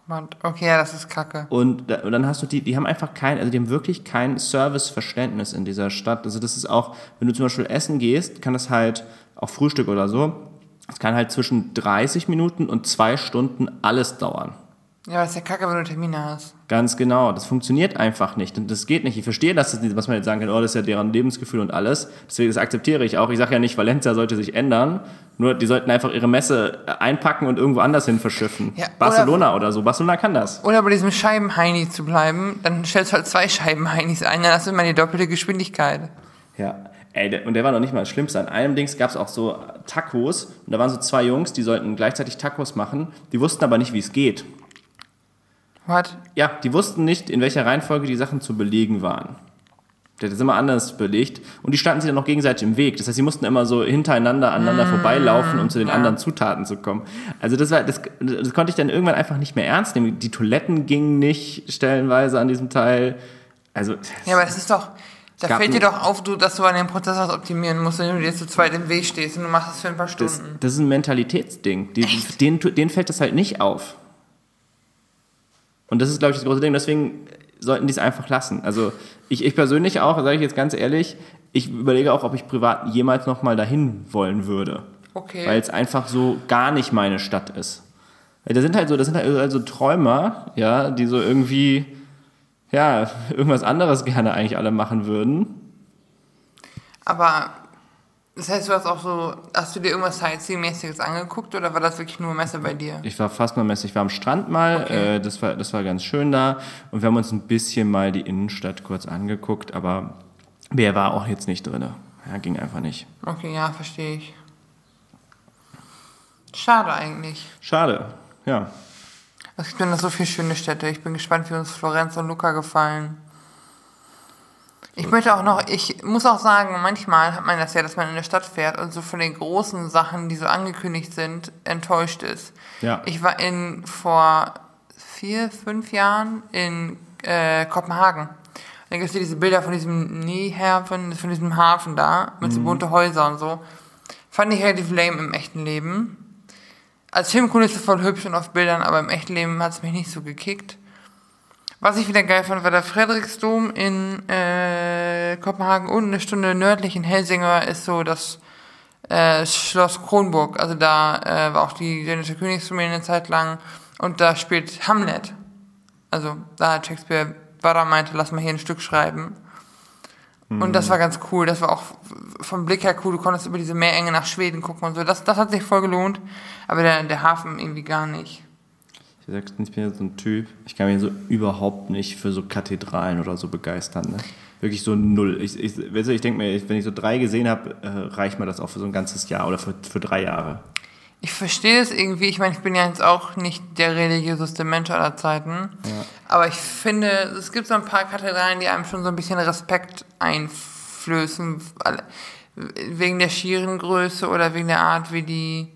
Okay, ja, das ist kacke. Und dann hast du die haben einfach die haben wirklich kein Serviceverständnis in dieser Stadt. Also das ist auch, wenn du zum Beispiel essen gehst, kann das halt, auch Frühstück oder so, es kann halt zwischen 30 Minuten und 2 Stunden alles dauern. Ja, das ist ja kacke, wenn du Termine hast. Ganz genau, das funktioniert einfach nicht und das geht nicht. Ich verstehe, dass das nicht, was man jetzt sagen kann, oh, das ist ja deren Lebensgefühl und alles. Deswegen, das akzeptiere ich auch. Ich sage ja nicht, Valencia sollte sich ändern, nur die sollten einfach ihre Messe einpacken und irgendwo anders hin verschiffen. Ja, Barcelona oder so. Barcelona kann das. Oder bei diesem Scheibenheini zu bleiben, dann stellst du halt 2 Scheibenheinis ein, dann hast du immer die doppelte Geschwindigkeit. Ja, ey, und der war noch nicht mal das Schlimmste. An einem Dings gab es auch so Tacos und da waren so 2 Jungs, die sollten gleichzeitig Tacos machen, die wussten aber nicht, wie es geht. What? Ja, die wussten nicht, in welcher Reihenfolge die Sachen zu belegen waren. Der hat das immer anders belegt und die standen sich dann noch gegenseitig im Weg. Das heißt, sie mussten immer so hintereinander aneinander vorbeilaufen, um zu den anderen Zutaten zu kommen. Also das konnte ich dann irgendwann einfach nicht mehr ernst nehmen. Die Toiletten gingen nicht stellenweise an diesem Teil. Also ja, aber das ist doch, da fällt dir doch auf, dass du an dem Prozess was optimieren musst, wenn du dir zu zweit im Weg stehst und du machst das für ein paar Stunden. Das ist ein Mentalitätsding. Denen fällt das halt nicht auf. Und das ist, glaube ich, das große Ding. Deswegen sollten die es einfach lassen. Also ich persönlich auch, sage ich jetzt ganz ehrlich, ich überlege auch, ob ich privat jemals nochmal dahin wollen würde. Okay. Weil es einfach so gar nicht meine Stadt ist. Weil das sind halt so Träumer, ja, die so irgendwie, ja, irgendwas anderes gerne eigentlich alle machen würden. Aber das heißt, hast du dir irgendwas Sightseeing-mäßiges angeguckt oder war das wirklich nur Messe bei dir? Ich war fast nur Messe. Ich war am Strand mal, okay. Das war ganz schön da. Und wir haben uns ein bisschen mal die Innenstadt kurz angeguckt, aber mehr war auch jetzt nicht drin. Ja, ging einfach nicht. Okay, ja, verstehe ich. Schade eigentlich. Schade, ja. Es gibt ja noch so viele schöne Städte. Ich bin gespannt, wie uns Florenz und Lucca gefallen. Ich muss auch sagen, manchmal hat man das ja, dass man in der Stadt fährt und so von den großen Sachen, die so angekündigt sind, enttäuscht ist. Ja. Ich war vor 4-5 Jahren in Kopenhagen. Da gibt es diese Bilder von diesem Nyhaven, von diesem Hafen da, mit so bunte Häuser und so. Fand ich relativ lame im echten Leben. Als Filmkulisse voll hübsch und auf Bildern, aber im echten Leben hat es mich nicht so gekickt. Was ich wieder geil fand, war der Frederiksdom in Kopenhagen und eine Stunde nördlich in Helsingør ist so das Schloss Kronborg. Also da war auch die dänische Königsfamilie eine Zeit lang und da spielt Hamlet. Also da hat Shakespeare meinte, lass mal hier ein Stück schreiben. Und das war ganz cool. Das war auch vom Blick her cool. Du konntest über diese Meerenge nach Schweden gucken und so. Das hat sich voll gelohnt. Aber der Hafen irgendwie gar nicht. Ich bin ja so ein Typ, ich kann mich so überhaupt nicht für so Kathedralen oder so begeistern. Ne? Wirklich so null. Ich denke mir, wenn ich so 3 gesehen habe, reicht mir das auch für so ein ganzes Jahr oder für 3 Jahre. Ich verstehe es irgendwie. Ich meine, ich bin ja jetzt auch nicht der religiöseste Mensch aller Zeiten. Ja. Aber ich finde, es gibt so ein paar Kathedralen, die einem schon so ein bisschen Respekt einflößen. Wegen der schieren Größe oder wegen der Art, wie die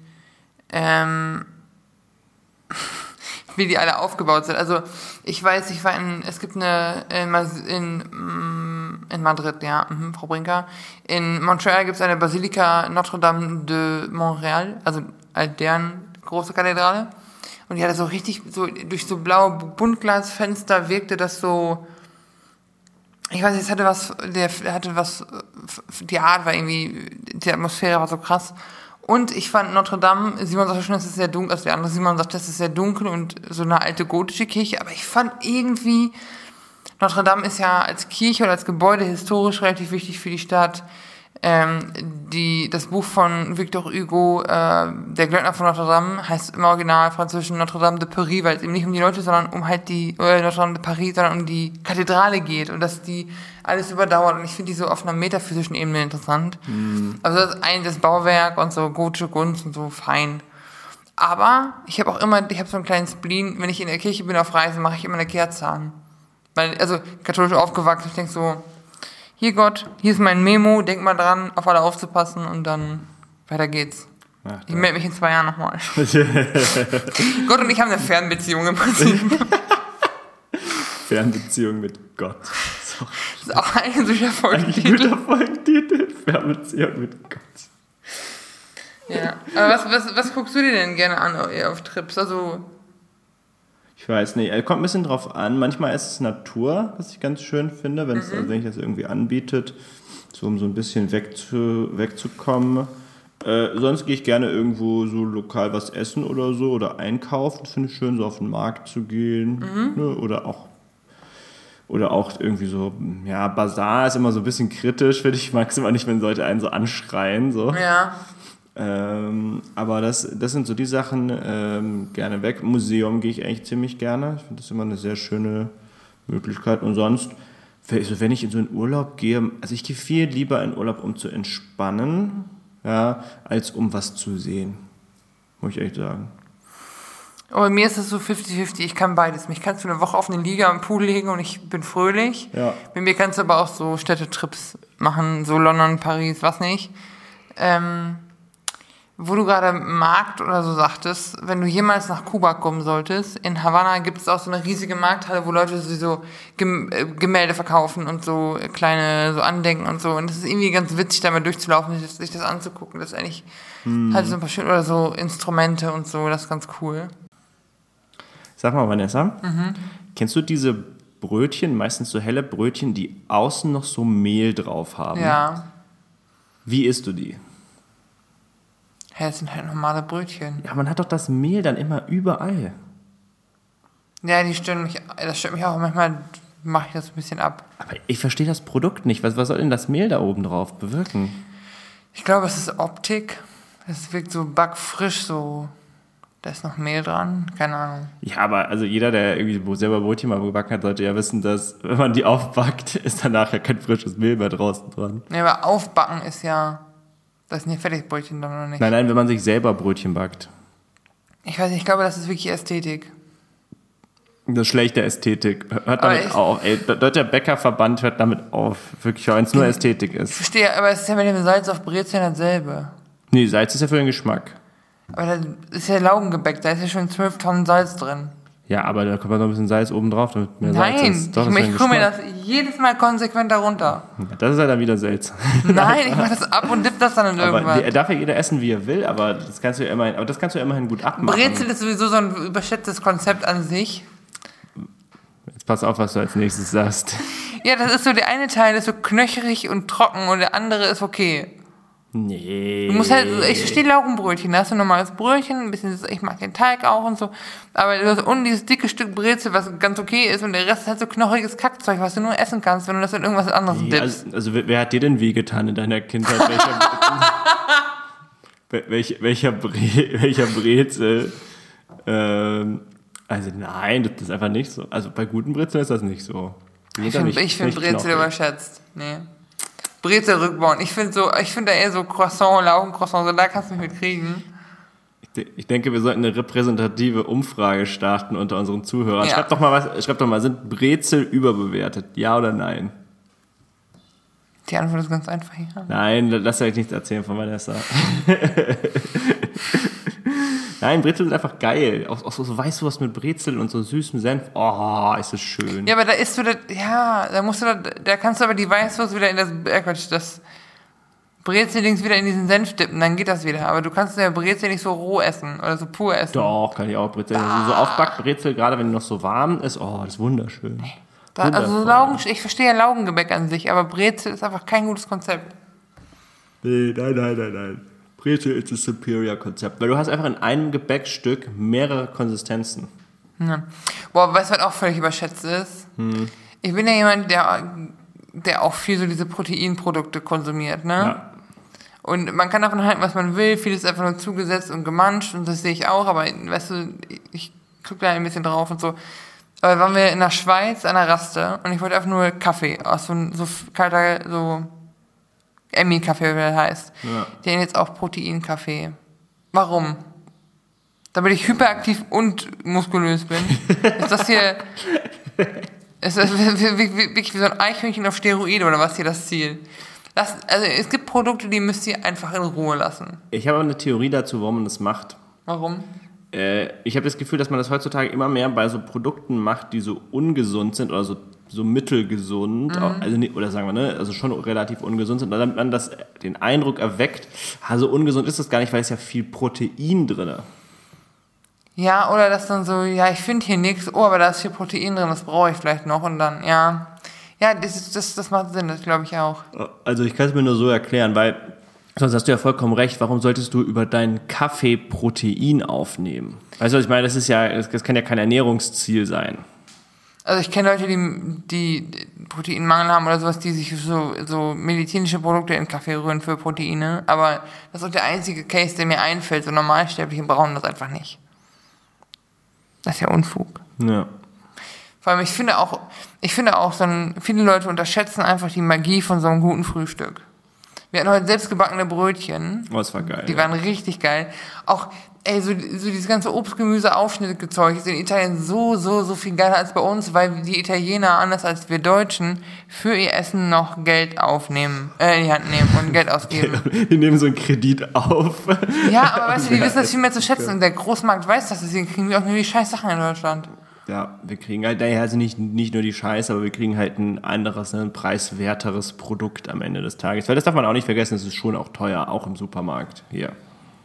alle aufgebaut sind. Also ich weiß, es gibt in Madrid, ja, Frau Brinker. In Montreal gibt es eine Basilika Notre-Dame de Montréal, also deren große Kathedrale. Und die hatte so richtig, so durch so blaue Buntglasfenster wirkte das so, ich weiß nicht, die Art war irgendwie, die Atmosphäre war so krass. Und ich fand Notre Dame, Simon sagt schon, das ist sehr dunkel, also der andere Simon sagt, das ist sehr dunkel und so eine alte gotische Kirche, aber ich fand irgendwie, Notre Dame ist ja als Kirche oder als Gebäude historisch relativ wichtig für die Stadt. Das Buch von Victor Hugo, Der Glöckner von Notre Dame, heißt im Original französischen Notre Dame de Paris, weil es eben nicht um die Leute, sondern um halt Notre Dame de Paris, sondern um die Kathedrale geht und dass die alles überdauert. Und ich finde die so auf einer metaphysischen Ebene interessant. Also das Bauwerk und so gotische Kunst und so fein. Aber ich habe so einen kleinen Spleen, wenn ich in der Kirche bin auf Reisen, mache ich immer eine Kerze an. Weil, also katholisch aufgewachsen, ich denke so, hier Gott, hier ist mein Memo, denk mal dran, auf alle aufzupassen und dann weiter geht's. Ach, ich melde mich in 2 Jahren nochmal. Gott und ich haben eine Fernbeziehung im Prinzip. Fernbeziehung mit Gott. So. Das ist auch ein guter Folgentitel. Ein guter Folgentitel, Fernbeziehung mit Gott. Ja, aber was guckst du dir denn gerne an auf Trips? Also Ich weiß nicht, kommt ein bisschen drauf an. Manchmal ist es Natur, was ich ganz schön finde, wenn es, also wenn ich das irgendwie anbietet, so um so ein bisschen wegzukommen. Sonst gehe ich gerne irgendwo so lokal was essen oder so oder einkaufen. Das finde ich schön, so auf den Markt zu gehen. Ne? Oder auch irgendwie so, ja, Bazar ist immer so ein bisschen kritisch, finde ich. Ich mag es immer nicht, wenn Leute einen so anschreien. So. Ja. Aber das sind so die Sachen, gerne weg. Museum gehe ich eigentlich ziemlich gerne. Ich finde das immer eine sehr schöne Möglichkeit. Und sonst, wenn ich in so einen Urlaub gehe, also ich gehe viel lieber in Urlaub, um zu entspannen, ja, als um was zu sehen. Muss ich echt sagen. Aber bei mir ist es so 50-50, ich kann beides. Mich kannst du eine Woche auf eine Liege am Pool legen und ich bin fröhlich. Ja. Mit mir kannst du aber auch so Städtetrips machen, so London, Paris, was nicht. Wo du gerade Markt oder so sagtest, wenn du jemals nach Kuba kommen solltest, in Havanna gibt es auch so eine riesige Markthalle, wo Leute so Gemälde verkaufen und so kleine so Andenken und so. Und das ist irgendwie ganz witzig, da mal durchzulaufen, sich das anzugucken. Das ist eigentlich halt so ein paar schöne, oder so Instrumente und so, das ist ganz cool. Sag mal, Vanessa, kennst du diese Brötchen, meistens so helle Brötchen, die außen noch so Mehl drauf haben? Ja. Wie isst du die? Hä, das sind halt normale Brötchen. Ja, man hat doch das Mehl dann immer überall. Ja, das stört mich auch. Manchmal mache ich das ein bisschen ab. Aber ich verstehe das Produkt nicht. Was soll denn das Mehl da oben drauf bewirken? Ich glaube, es ist Optik. Es wirkt so backfrisch, so. Da ist noch Mehl dran. Keine Ahnung. Ja, aber also jeder, der irgendwie selber Brötchen mal gebacken hat, sollte ja wissen, dass, wenn man die aufbackt, ist danach ja kein frisches Mehl mehr draußen dran. Ja, aber aufbacken ist ja... Das sind ja Fertigbrötchen dann oder nicht? Nein, wenn man sich selber Brötchen backt. Ich weiß nicht, ich glaube, das ist wirklich Ästhetik. Das ist schlechte Ästhetik. Hört damit auf. Ey, der Bäckerverband hört damit auf. Wirklich, wenn es nur Ästhetik Ich ist. verstehe, aber es ist ja mit dem Salz auf Brezeln dasselbe. Nee, Salz ist ja für den Geschmack. Aber da ist ja Laugengebäck, da ist ja schon 12 Tonnen Salz drin. Ja, aber da kommt noch ein bisschen Salz oben drauf, damit mehr Salz ist. Doch, ich gucke mir das jedes Mal konsequent darunter. Das ist ja dann wieder seltsam. Nein, ich mache das ab und dipp das dann in irgendwas. Aber darf ja jeder essen, wie er will, aber das kannst du ja immerhin gut abmachen. Brezel ist sowieso so ein überschätztes Konzept an sich. Jetzt pass auf, was du als nächstes sagst. Ja, das ist so, der eine Teil ist so knöcherig und trocken und der andere ist okay. Nee. Du musst halt, ich verstehe Laugenbrötchen, da hast du ein normales Brötchen, ein bisschen, ich mag den Teig auch und so, aber du hast unten dieses dicke Stück Brezel, was ganz okay ist und der Rest ist halt so knochiges Kackzeug, was du nur essen kannst, wenn du das in irgendwas anderes dippst. Also wer hat dir denn wehgetan in deiner Kindheit? Welcher Brezel? Also nein, das ist einfach nicht so. Also bei guten Brezeln ist das nicht so. Ich finde Brezel überschätzt. Nee. Brezel rückbauen. Ich finde da eher so Laugencroissant, so da kannst du mich mit kriegen. Ich denke, wir sollten eine repräsentative Umfrage starten unter unseren Zuhörern. Ja. Schreibt doch mal, sind Brezel überbewertet? Ja oder nein? Die Antwort ist ganz einfach, ja. Nein, lass euch nichts erzählen von Vanessa. Nein, Brezel sind einfach geil. Auch so Weißwurst mit Brezel und so süßem Senf. Oh, ist das schön. Ja, aber da isst du das, ja, da kannst du aber die Weißwurst wieder in das Brezel-Dings wieder in diesen Senf dippen, dann geht das wieder. Aber du kannst ja Brezel nicht so roh essen oder so pur essen. Doch, kann ich auch Brezel. So Aufbackbrezel, gerade wenn die noch so warm ist, oh, das ist wunderschön. Ich verstehe ja Laugengebäck an sich, aber Brezel ist einfach kein gutes Konzept. Nee, nein. Brezel ist das Superior-Konzept. Weil du hast einfach in einem Gebäckstück mehrere Konsistenzen. Ja. Boah, weißt du, was auch völlig überschätzt ist? Ich bin ja jemand, der auch viel so diese Proteinprodukte konsumiert, ne? Ja. Und man kann davon halten, was man will. Vieles ist einfach nur zugesetzt und gemanscht und das sehe ich auch. Aber weißt du, ich gucke da ein bisschen drauf und so. Aber waren wir in der Schweiz an der Raste und ich wollte einfach nur Kaffee aus so kalter, so Emmy-Kaffee, wie der heißt. Ja. Die haben jetzt auch Proteinkaffee. Warum? Damit ich hyperaktiv und muskulös bin. Ist das hier... Ist das wirklich wie so ein Eichhörnchen auf Steroide oder was hier das Ziel? Also es gibt Produkte, die müsst ihr einfach in Ruhe lassen. Ich habe eine Theorie dazu, warum man das macht. Warum? Ich habe das Gefühl, dass man das heutzutage immer mehr bei so Produkten macht, die so ungesund sind oder so mittelgesund, oder sagen wir, ne, also schon relativ ungesund sind, damit man den Eindruck erweckt, also ungesund ist das gar nicht, weil es ja viel Protein drin. Ja, oder das dann so, ja, ich finde hier nichts, oh, aber da ist hier Protein drin, das brauche ich vielleicht noch und dann, ja. Ja, das macht Sinn, das glaube ich auch. Also ich kann es mir nur so erklären, weil sonst hast du ja vollkommen recht, warum solltest du über deinen Kaffee Protein aufnehmen? Weißt du, was ich meine? Das kann ja kein Ernährungsziel sein. Also ich kenne Leute, die Proteinmangel haben oder sowas, die sich so medizinische Produkte in Kaffee rühren für Proteine, aber das ist auch der einzige Case, der mir einfällt, so Normalsterbliche brauchen das einfach nicht. Das ist ja Unfug. Ja. Vor allem, ich finde auch viele Leute unterschätzen einfach die Magie von so einem guten Frühstück. Wir hatten heute selbstgebackene Brötchen. Oh, das war geil. Die waren richtig geil. Auch, so dieses ganze Obst, Gemüse, Aufschnittgezeug ist in Italien so viel geiler als bei uns, weil die Italiener, anders als wir Deutschen, für ihr Essen noch Geld in die Hand nehmen und Geld ausgeben. Die nehmen so einen Kredit auf. Ja, aber weißt du, die wissen das viel mehr zu schätzen und der Großmarkt weiß das, deswegen kriegen wir auch nur die scheiß Sachen in Deutschland. Ja, wir kriegen halt daher also nicht nur die Scheiße, aber wir kriegen halt ein anderes, ein preiswerteres Produkt am Ende des Tages. Weil das darf man auch nicht vergessen, es ist schon auch teuer, auch im Supermarkt hier.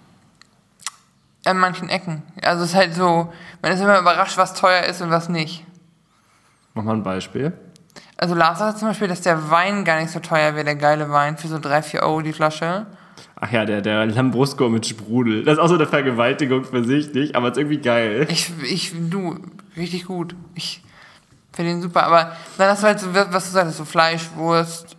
An manchen Ecken. Also es ist halt so, man ist immer überrascht, was teuer ist und was nicht. Mach mal ein Beispiel. Also Lars sagt zum Beispiel, dass der Wein gar nicht so teuer wäre, der geile Wein, für so 3-4 Euro die Flasche. Ach ja, der Lambrusco mit Sprudel. Das ist auch so eine Vergewaltigung für sich, nicht? Aber es ist irgendwie geil. Du, richtig gut. Ich finde den super. Aber dann hast du halt so, was du sagst, so Fleisch, Wurst,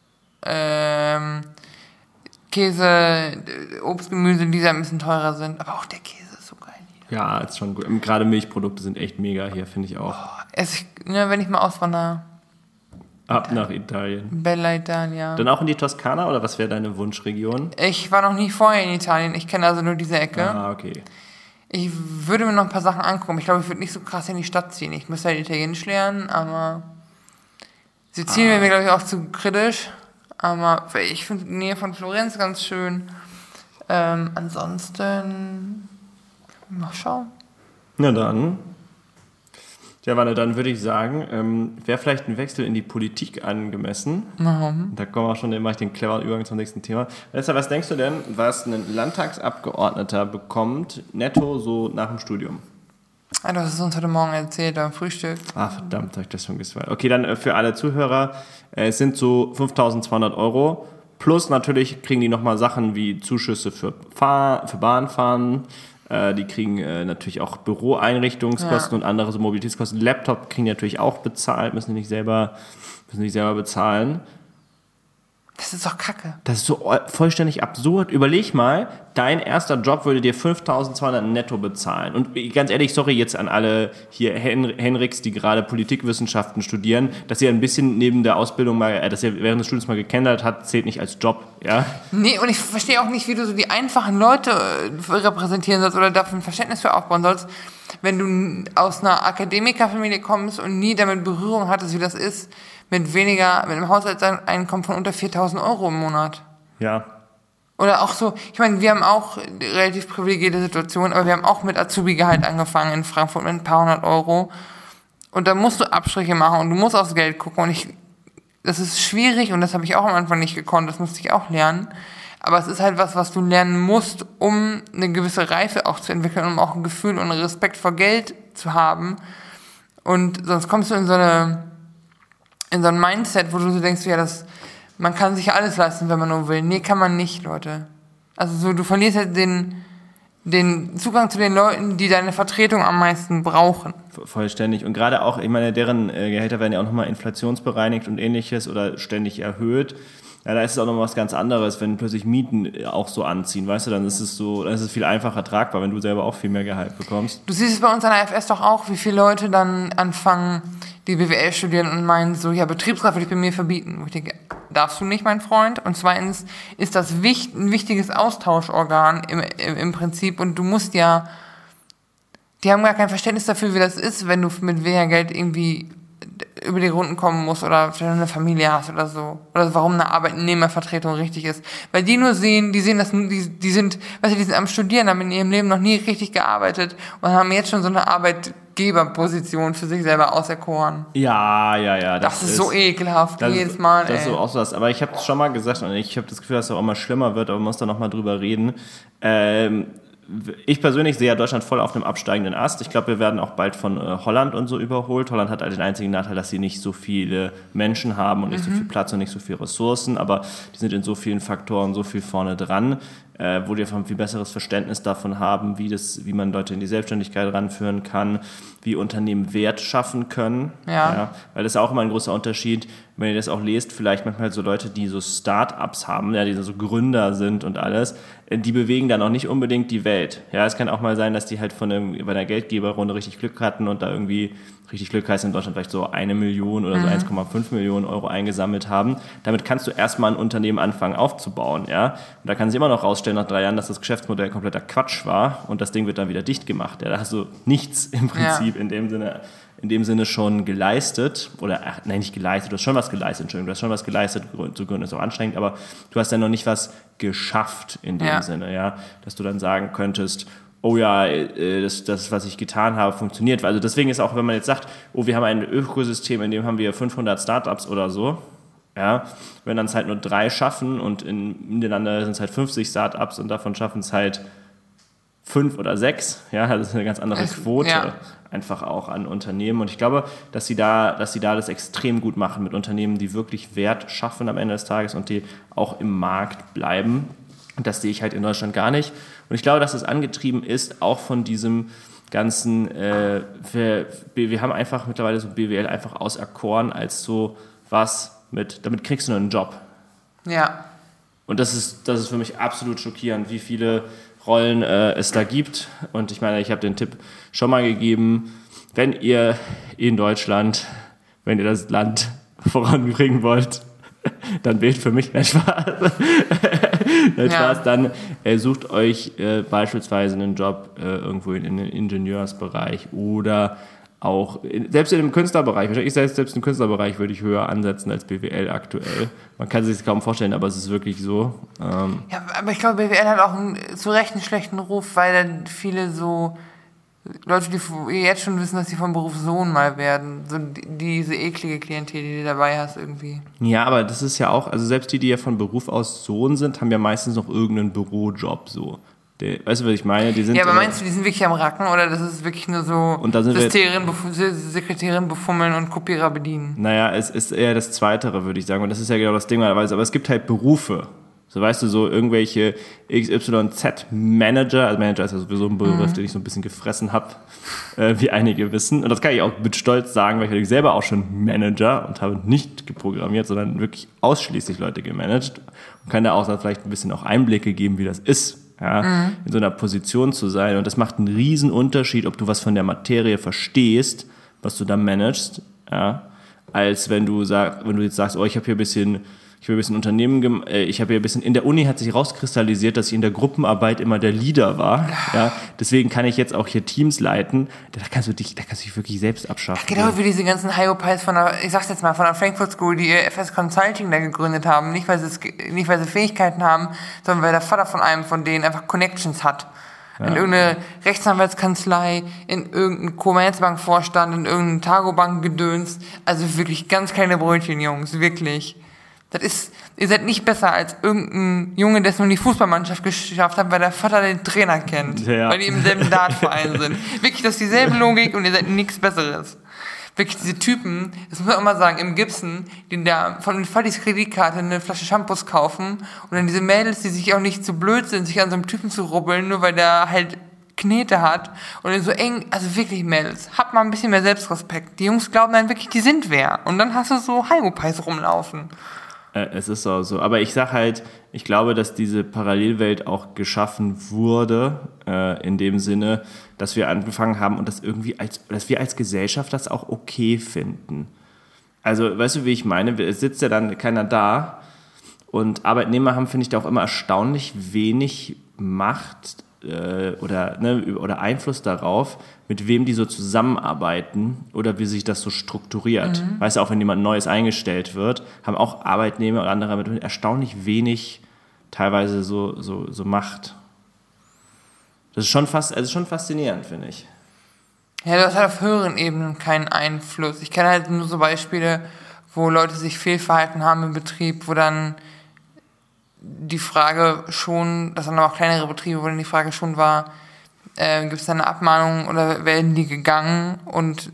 Käse, Obst, Gemüse, die da ein bisschen teurer sind. Aber auch der Käse ist so geil hier. Ja, ist schon gut. Gerade Milchprodukte sind echt mega hier, finde ich auch. Wenn ich mal auswandere. Ab nach Italien. Bella Italia. Dann auch in die Toskana oder was wäre deine Wunschregion? Ich war noch nie vorher in Italien. Ich kenne also nur diese Ecke. Ah, okay. Ich würde mir noch ein paar Sachen angucken. Ich glaube, ich würde nicht so krass in die Stadt ziehen. Ich müsste halt Italienisch lernen, aber Sizilien wäre mir, glaube ich, auch zu kritisch. Aber ich finde die Nähe von Florenz ganz schön. Ansonsten mal schauen. Na dann. Ja, Wanne, dann würde ich sagen, wäre vielleicht ein Wechsel in die Politik angemessen. Warum? Da kommen wir auch schon, dann mache ich den cleveren Übergang zum nächsten Thema. Vanessa, was denkst du denn, was ein Landtagsabgeordneter bekommt, netto so nach dem Studium? Ah, du hast es uns heute Morgen erzählt beim Frühstück. Ah, verdammt, habe ich das schon gesweilt. Okay, dann für alle Zuhörer, es sind so 5.200 Euro. Plus natürlich kriegen die nochmal Sachen wie Zuschüsse für Bahnfahren. Die kriegen natürlich auch Büroeinrichtungskosten und andere so Mobilitätskosten. Laptop kriegen die natürlich auch bezahlt, müssen die nicht selber bezahlen. Das ist doch Kacke. Das ist so vollständig absurd. Überleg mal, dein erster Job würde dir 5.200 netto bezahlen. Und ganz ehrlich, sorry jetzt an alle hier Henriks, die gerade Politikwissenschaften studieren, dass ihr ein bisschen neben der Ausbildung mal, dass ihr während des Studiums mal gekennert habt, zählt nicht als Job, ja? Nee, und ich verstehe auch nicht, wie du so die einfachen Leute repräsentieren sollst oder dafür ein Verständnis für aufbauen sollst, wenn du aus einer Akademikerfamilie kommst und nie damit Berührung hattest, wie das ist, mit einem Haushaltseinkommen von unter 4.000 Euro im Monat. Ja. Oder auch so, ich meine, wir haben auch relativ privilegierte Situationen, aber wir haben auch mit Azubi-Gehalt angefangen in Frankfurt mit ein paar 100 Euro. Und da musst du Abstriche machen und du musst aufs Geld gucken. Und das ist schwierig und das habe ich auch am Anfang nicht gekonnt, das musste ich auch lernen. Aber es ist halt was du lernen musst, um eine gewisse Reife auch zu entwickeln, um auch ein Gefühl und Respekt vor Geld zu haben. Und sonst kommst du in so ein Mindset, wo du so denkst, ja, man kann sich alles leisten, wenn man nur will. Nee, kann man nicht, Leute. Also so, du verlierst halt den Zugang zu den Leuten, die deine Vertretung am meisten brauchen. Vollständig. Und gerade auch, ich meine, deren Gehälter werden ja auch nochmal inflationsbereinigt und ähnliches oder ständig erhöht. Ja, da ist es auch noch was ganz anderes, wenn plötzlich Mieten auch so anziehen, weißt du, dann ist es viel einfacher tragbar, wenn du selber auch viel mehr Gehalt bekommst. Du siehst es bei uns an der FS doch auch, wie viele Leute dann anfangen, die BWL studieren und meinen so, ja, Betriebsrat will ich bei mir verbieten. Wo ich denke, darfst du nicht, mein Freund? Und zweitens ist das ein wichtiges Austauschorgan im Prinzip und du musst die haben gar kein Verständnis dafür, wie das ist, wenn du mit weniger Geld irgendwie über die Runden kommen musst oder vielleicht eine Familie hast oder so. Oder warum eine Arbeitnehmervertretung richtig ist. Weil die sehen, die sind am Studieren, haben in ihrem Leben noch nie richtig gearbeitet und haben jetzt schon so eine Arbeitgeberposition für sich selber auserkoren. Ja. Das ist so ekelhaft, jedes Mal, Das ist so auch so was. Aber ich habe es schon mal gesagt und ich habe das Gefühl, dass es auch mal schlimmer wird, aber man muss da noch mal drüber reden. ich persönlich sehe ja Deutschland voll auf einem absteigenden Ast. Ich glaube, wir werden auch bald von Holland und so überholt. Holland hat halt den einzigen Nachteil, dass sie nicht so viele Menschen haben und nicht so viel Platz und nicht so viele Ressourcen, aber die sind in so vielen Faktoren so viel vorne dran, wo die einfach ein viel besseres Verständnis davon haben, wie man Leute in die Selbstständigkeit ranführen kann, wie Unternehmen Wert schaffen können. Ja, weil das ist auch immer ein großer Unterschied, wenn ihr das auch lest, vielleicht manchmal so Leute, die so Start-ups haben, ja, die so Gründer sind und alles, die bewegen dann auch nicht unbedingt die Welt. Ja, es kann auch mal sein, dass die halt bei einer Geldgeberrunde richtig Glück hatten und da irgendwie, richtig Glück heißt in Deutschland vielleicht so 1 Million oder so 1,5 Millionen Euro eingesammelt haben. Damit kannst du erstmal ein Unternehmen anfangen aufzubauen, ja. Und da kann sich immer noch rausstellen nach 3 Jahren, dass das Geschäftsmodell kompletter Quatsch war und das Ding wird dann wieder dicht gemacht. Ja, da hast du nichts im Prinzip in dem Sinne schon geleistet, oder nicht geleistet, du hast schon was geleistet, Entschuldigung, du hast schon was geleistet, zu gründen ist auch anstrengend, aber du hast ja noch nicht was geschafft in dem Sinne, ja, dass du dann sagen könntest, oh ja, das, was ich getan habe, funktioniert. Also deswegen ist auch, wenn man jetzt sagt, oh, wir haben ein Ökosystem, in dem haben wir 500 Startups oder so, ja, wenn dann es halt nur 3 schaffen und in Niederlande sind es halt 50 Startups und davon schaffen es halt 5 oder 6, ja, das ist eine ganz andere Quote einfach auch an Unternehmen und ich glaube, dass sie da das extrem gut machen mit Unternehmen, die wirklich Wert schaffen am Ende des Tages und die auch im Markt bleiben und das sehe ich halt in Deutschland gar nicht und ich glaube, dass es angetrieben ist auch von diesem ganzen, wir haben einfach mittlerweile so BWL einfach auserkoren als so was damit kriegst du einen Job. Ja. Und das ist für mich absolut schockierend, wie viele Rollen es da gibt. Und ich meine, ich habe den Tipp schon mal gegeben, wenn ihr in Deutschland, wenn ihr das Land voranbringen wollt, dann wählt für mich, Spaß, dann sucht euch beispielsweise einen Job irgendwo in den Ingenieursbereich oder auch, selbst in dem Künstlerbereich, wahrscheinlich selbst im Künstlerbereich würde ich höher ansetzen als BWL aktuell. Man kann sich das kaum vorstellen, aber es ist wirklich so. Ja, aber ich glaube, BWL hat auch zu Recht einen schlechten Ruf, weil dann viele so Leute, die jetzt schon wissen, dass sie vom Beruf Sohn mal werden, so diese eklige Klientel, die du dabei hast irgendwie. Ja, aber das ist ja auch, also selbst die ja von Beruf aus Sohn sind, haben ja meistens noch irgendeinen Bürojob so. Weißt du, was ich meine? Die sind, ja, aber meinst du, die sind wirklich am Racken oder das ist wirklich nur so Sekretärin befummeln und Kopierer bedienen? Naja, es ist eher das Zweitere, würde ich sagen. Und das ist ja genau das Ding. Aber es gibt halt Berufe. So, weißt du, so irgendwelche XYZ-Manager. Also Manager ist ja sowieso ein Begriff, den ich so ein bisschen gefressen habe, wie einige wissen. Und das kann ich auch mit Stolz sagen, weil ich selber auch schon Manager und habe nicht geprogrammiert, sondern wirklich ausschließlich Leute gemanagt. Und kann da auch dann vielleicht ein bisschen auch Einblicke geben, wie das ist. Ja, in so einer Position zu sein. Und das macht einen riesen Unterschied, ob du was von der Materie verstehst, was du da managst, ja, als wenn du jetzt sagst, oh, ich habe hier ein bisschen Unternehmen, ich habe hier ein bisschen, in der Uni hat sich rauskristallisiert, dass ich in der Gruppenarbeit immer der Leader war, ja, deswegen kann ich jetzt auch hier Teams leiten, da kannst du dich wirklich selbst abschaffen. Ja, genau wie diese ganzen Hyopies von der Frankfurt School, die ihr FS Consulting da gegründet haben, nicht weil sie Fähigkeiten haben, sondern weil der Vater von einem von denen einfach Connections hat. In irgendeine Rechtsanwaltskanzlei, in irgendeinen Commerzbank-Vorstand, in irgendeinen Targobank-Gedöns, also wirklich ganz kleine Brötchen, Jungs, wirklich. Ihr seid nicht besser als irgendein Junge, der es nur in die Fußballmannschaft geschafft hat, weil der Vater den Trainer kennt. Ja. Weil die im selben Dartverein sind. Wirklich, das ist dieselbe Logik und ihr seid nichts Besseres. Wirklich, diese Typen, das muss man immer sagen, im Gibson, die da von Fadis Kreditkarte eine Flasche Shampoos kaufen und dann diese Mädels, die sich auch nicht zu blöd sind, sich an so einem Typen zu rubbeln, nur weil der halt Knete hat und so eng, also wirklich Mädels, habt mal ein bisschen mehr Selbstrespekt. Die Jungs glauben dann wirklich, die sind wer. Und dann hast du so Hyopies rumlaufen. Es ist auch so. Aber ich sag halt, ich glaube, dass diese Parallelwelt auch geschaffen wurde, in dem Sinne, dass wir angefangen haben und dass wir als Gesellschaft das auch okay finden. Also, weißt du, wie ich meine? Es sitzt ja dann keiner da und Arbeitnehmer haben, finde ich, da auch immer erstaunlich wenig Macht oder Einfluss darauf, mit wem die so zusammenarbeiten oder wie sich das so strukturiert. Weißt du, auch wenn jemand Neues eingestellt wird, haben auch Arbeitnehmer oder andere mit erstaunlich wenig teilweise so Macht. Das ist schon faszinierend, finde ich. Ja, du hast halt auf höheren Ebenen keinen Einfluss. Ich kenne halt nur so Beispiele, wo Leute sich fehlverhalten haben im Betrieb, wo dann die Frage schon, das waren aber auch kleinere Betriebe, wo dann die Frage schon war, gibt es da eine Abmahnung oder werden die gegangen und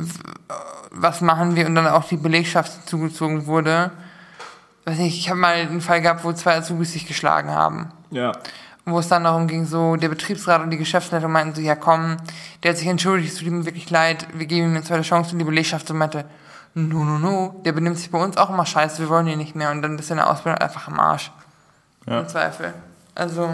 was machen wir? Und dann auch die Belegschaft zugezogen wurde. Weiß nicht, ich habe mal einen Fall gehabt, wo 2 Azubis sich geschlagen haben. Ja. Wo es dann darum ging, so der Betriebsrat und die Geschäftsleitung meinten so, ja komm, der hat sich entschuldigt, es tut ihm wirklich leid, wir geben ihm eine zweite Chance. Und die Belegschaft so meinte, no, der benimmt sich bei uns auch immer scheiße, wir wollen ihn nicht mehr. Und dann ist seine Ausbildung einfach am Arsch. Ja. Im Zweifel. Also...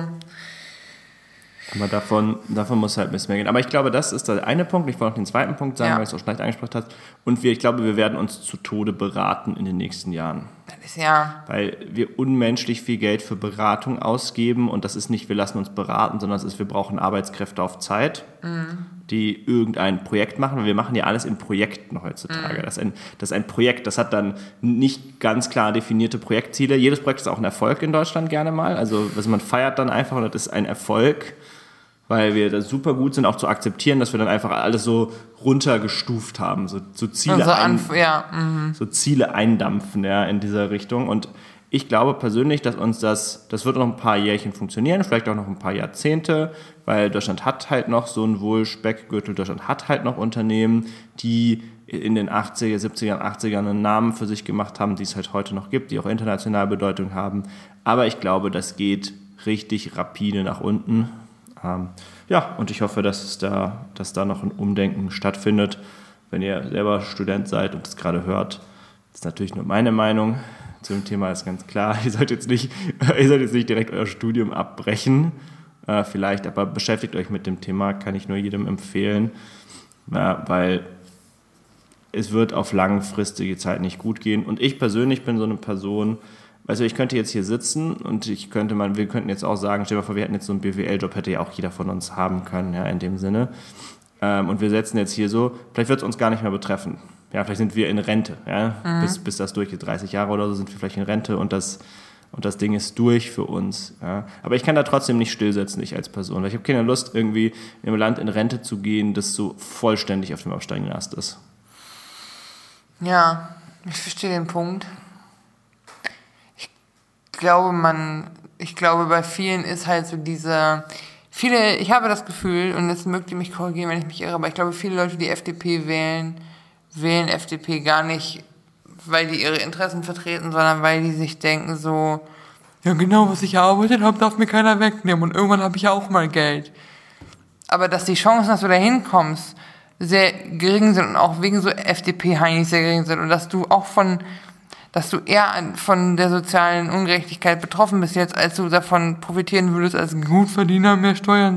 Aber davon muss halt ein bisschen mehr gehen. Aber ich glaube, das ist der eine Punkt. Ich wollte noch den zweiten Punkt sagen, weil du es auch schlecht angesprochen hast. Und ich glaube, wir werden uns zu Tode beraten in den nächsten Jahren. Das ist ja... Weil wir unmenschlich viel Geld für Beratung ausgeben. Und das ist nicht, wir lassen uns beraten, sondern es ist, wir brauchen Arbeitskräfte auf Zeit, die irgendein Projekt machen. Weil wir machen ja alles in Projekten heutzutage. Das ist ein Projekt, das hat dann nicht ganz klar definierte Projektziele. Jedes Projekt ist auch ein Erfolg in Deutschland gerne mal. Also man feiert dann einfach und das ist ein Erfolg, weil wir da super gut sind, auch zu akzeptieren, dass wir dann einfach alles so runtergestuft haben, so Ziele, so Ziele eindampfen, ja, in dieser Richtung. Und ich glaube persönlich, dass uns das wird noch ein paar Jährchen funktionieren, vielleicht auch noch ein paar Jahrzehnte, weil Deutschland hat halt noch so einen Wohlspeckgürtel, Deutschland hat halt noch Unternehmen, die in den 80er, 70er, 80ern einen Namen für sich gemacht haben, die es halt heute noch gibt, die auch international Bedeutung haben. Aber ich glaube, das geht richtig rapide nach unten. Ja, und ich hoffe, dass da noch ein Umdenken stattfindet. Wenn ihr selber Student seid und es gerade hört, ist natürlich nur meine Meinung zu dem Thema, ist ganz klar. Ihr sollt jetzt nicht direkt euer Studium abbrechen, vielleicht, aber beschäftigt euch mit dem Thema, kann ich nur jedem empfehlen, weil es wird auf langfristige Zeit nicht gut gehen. Und ich persönlich bin so eine Person, also ich könnte jetzt hier sitzen und wir könnten jetzt auch sagen, stell dir mal vor, wir hätten jetzt so einen BWL-Job, hätte ja auch jeder von uns haben können, ja, in dem Sinne. Und wir setzen jetzt hier so, vielleicht wird es uns gar nicht mehr betreffen. Ja, vielleicht sind wir in Rente, ja, bis das durchgeht, 30 Jahre oder so sind wir vielleicht in Rente und das Ding ist durch für uns. Ja. Aber ich kann da trotzdem nicht stillsetzen, ich als Person, weil ich habe keine Lust, irgendwie im Land in Rente zu gehen, das so vollständig auf dem absteigenden Ast ist. Ja, ich verstehe den Punkt. Ich glaube, bei vielen ist halt so ich habe das Gefühl, und jetzt mögt ihr mich korrigieren, wenn ich mich irre, aber ich glaube, viele Leute, die FDP wählen FDP gar nicht, weil die ihre Interessen vertreten, sondern weil die sich denken so, ja genau, was ich erarbeitet habe, darf mir keiner wegnehmen und irgendwann habe ich ja auch mal Geld. Aber dass die Chancen, dass du da hinkommst, sehr gering sind und auch wegen so FDP-Heinis sehr gering sind und dass du eher von der sozialen Ungerechtigkeit betroffen bist jetzt, als du davon profitieren würdest, als Gutverdiener weniger Steuern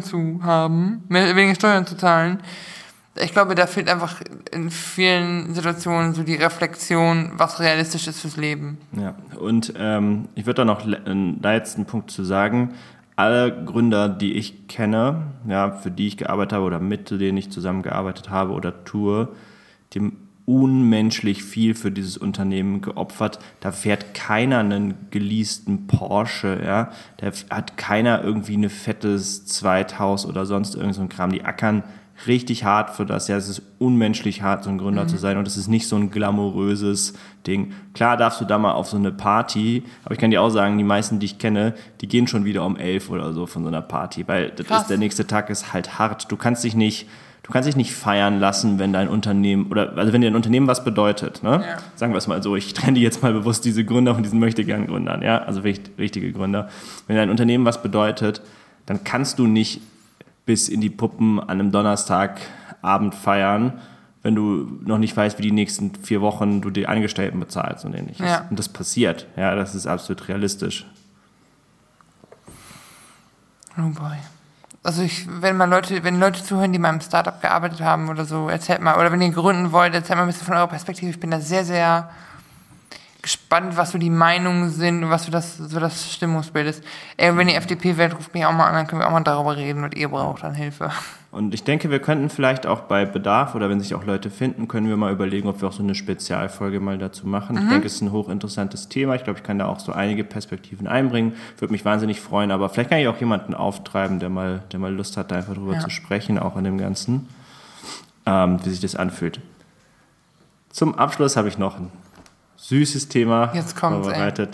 zu zahlen. Ich glaube, da fehlt einfach in vielen Situationen so die Reflexion, was realistisch ist fürs Leben. Ja, und ich würde da noch einen letzten Punkt zu sagen. Alle Gründer, die ich kenne, ja, für die ich gearbeitet habe oder mit denen ich zusammengearbeitet habe oder tue, die haben unmenschlich viel für dieses Unternehmen geopfert. Da fährt keiner einen geleasten Porsche, ja. Da hat keiner irgendwie ein fettes Zweithaus oder sonst irgend so ein Kram. Die ackern richtig hart für das. Ja, es ist unmenschlich hart, so ein Gründer zu sein und es ist nicht so ein glamouröses Ding. Klar darfst du da mal auf so eine Party, aber ich kann dir auch sagen, die meisten, die ich kenne, die gehen schon wieder um 11 oder so von so einer Party, weil der nächste Tag ist halt hart. Du kannst dich nicht feiern lassen, wenn dein Unternehmen, also wenn dir ein Unternehmen was bedeutet, ne? Ja. Sagen wir es mal so, ich trenne jetzt mal bewusst diese Gründer von diesen Möchtegern-Gründern, ja, also richtige Gründer. Wenn dein Unternehmen was bedeutet, dann kannst du nicht bis in die Puppen an einem Donnerstagabend feiern, wenn du noch nicht weißt, wie die nächsten 4 Wochen du die Angestellten bezahlst und ähnliches. Ja. Und das passiert, ja, das ist absolut realistisch. Oh boy. Also wenn Leute zuhören, die mal im Startup gearbeitet haben oder so, erzählt mal, oder wenn ihr gründen wollt, erzählt mal ein bisschen von eurer Perspektive. Ich bin da sehr, sehr gespannt, was so die Meinungen sind und was so das Stimmungsbild ist. Wenn ihr FDP wählt, ruft mich auch mal an, dann können wir auch mal darüber reden und ihr braucht dann Hilfe. Und ich denke, wir könnten vielleicht auch bei Bedarf oder wenn sich auch Leute finden, können wir mal überlegen, ob wir auch so eine Spezialfolge mal dazu machen. Ich denke, es ist ein hochinteressantes Thema. Ich glaube, ich kann da auch so einige Perspektiven einbringen. Würde mich wahnsinnig freuen, aber vielleicht kann ich auch jemanden auftreiben, der mal Lust hat, da einfach drüber zu sprechen, auch an dem Ganzen, wie sich das anfühlt. Zum Abschluss habe ich noch ein süßes Thema vorbereitet.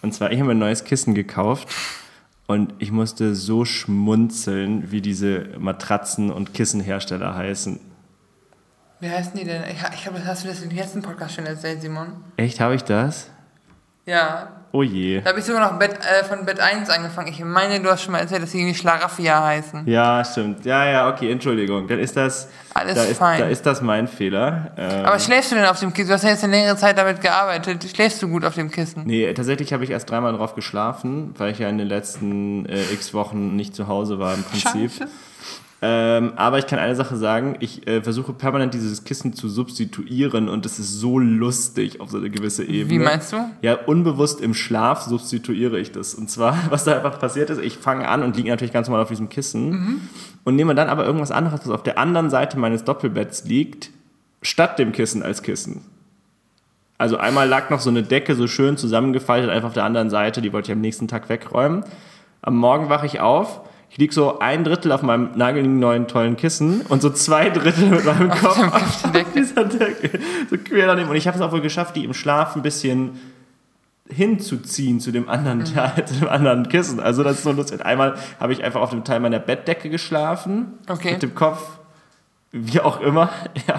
Und zwar, ich habe mir ein neues Kissen gekauft und ich musste so schmunzeln, wie diese Matratzen- und Kissenhersteller heißen. Wie heißen die denn? Ich glaube, hast du das in den letzten Podcast schon erzählt, Simon? Echt, habe ich das? Ja. Oh je. Da habe ich sogar noch von Bett 1 angefangen. Ich meine, du hast schon mal erzählt, dass die irgendwie Schlaraffia heißen. Ja, stimmt. Ja, okay, Entschuldigung. Dann ist das... Alles fein. Da ist das mein Fehler. Aber schläfst du denn auf dem Kissen? Du hast ja jetzt eine längere Zeit damit gearbeitet. Schläfst du gut auf dem Kissen? Nee, tatsächlich habe ich erst 3-mal drauf geschlafen, weil ich ja in den letzten x Wochen nicht zu Hause war im Prinzip. Scheiße. Aber ich kann eine Sache sagen, ich versuche permanent dieses Kissen zu substituieren und es ist so lustig auf so eine gewisse Ebene. Wie meinst du? Ja, unbewusst im Schlaf substituiere ich das. Und zwar, was da einfach passiert ist, ich fange an und liege natürlich ganz normal auf diesem Kissen und nehme dann aber irgendwas anderes, was auf der anderen Seite meines Doppelbetts liegt, statt dem Kissen als Kissen. Also einmal lag noch so eine Decke so schön zusammengefaltet, einfach auf der anderen Seite, die wollte ich am nächsten Tag wegräumen. Am Morgen wache ich auf, ich liege so 1/3 auf meinem nagelneuen tollen Kissen und so 2/3 mit meinem Kopf auf dieser Decke. So quer daneben. Und ich habe es auch wohl geschafft, die im Schlaf ein bisschen hinzuziehen zu dem anderen Teil, zu dem anderen Kissen. Also das ist so lustig. Einmal habe ich einfach auf dem Teil meiner Bettdecke geschlafen, mit dem Kopf, wie auch immer. Ja.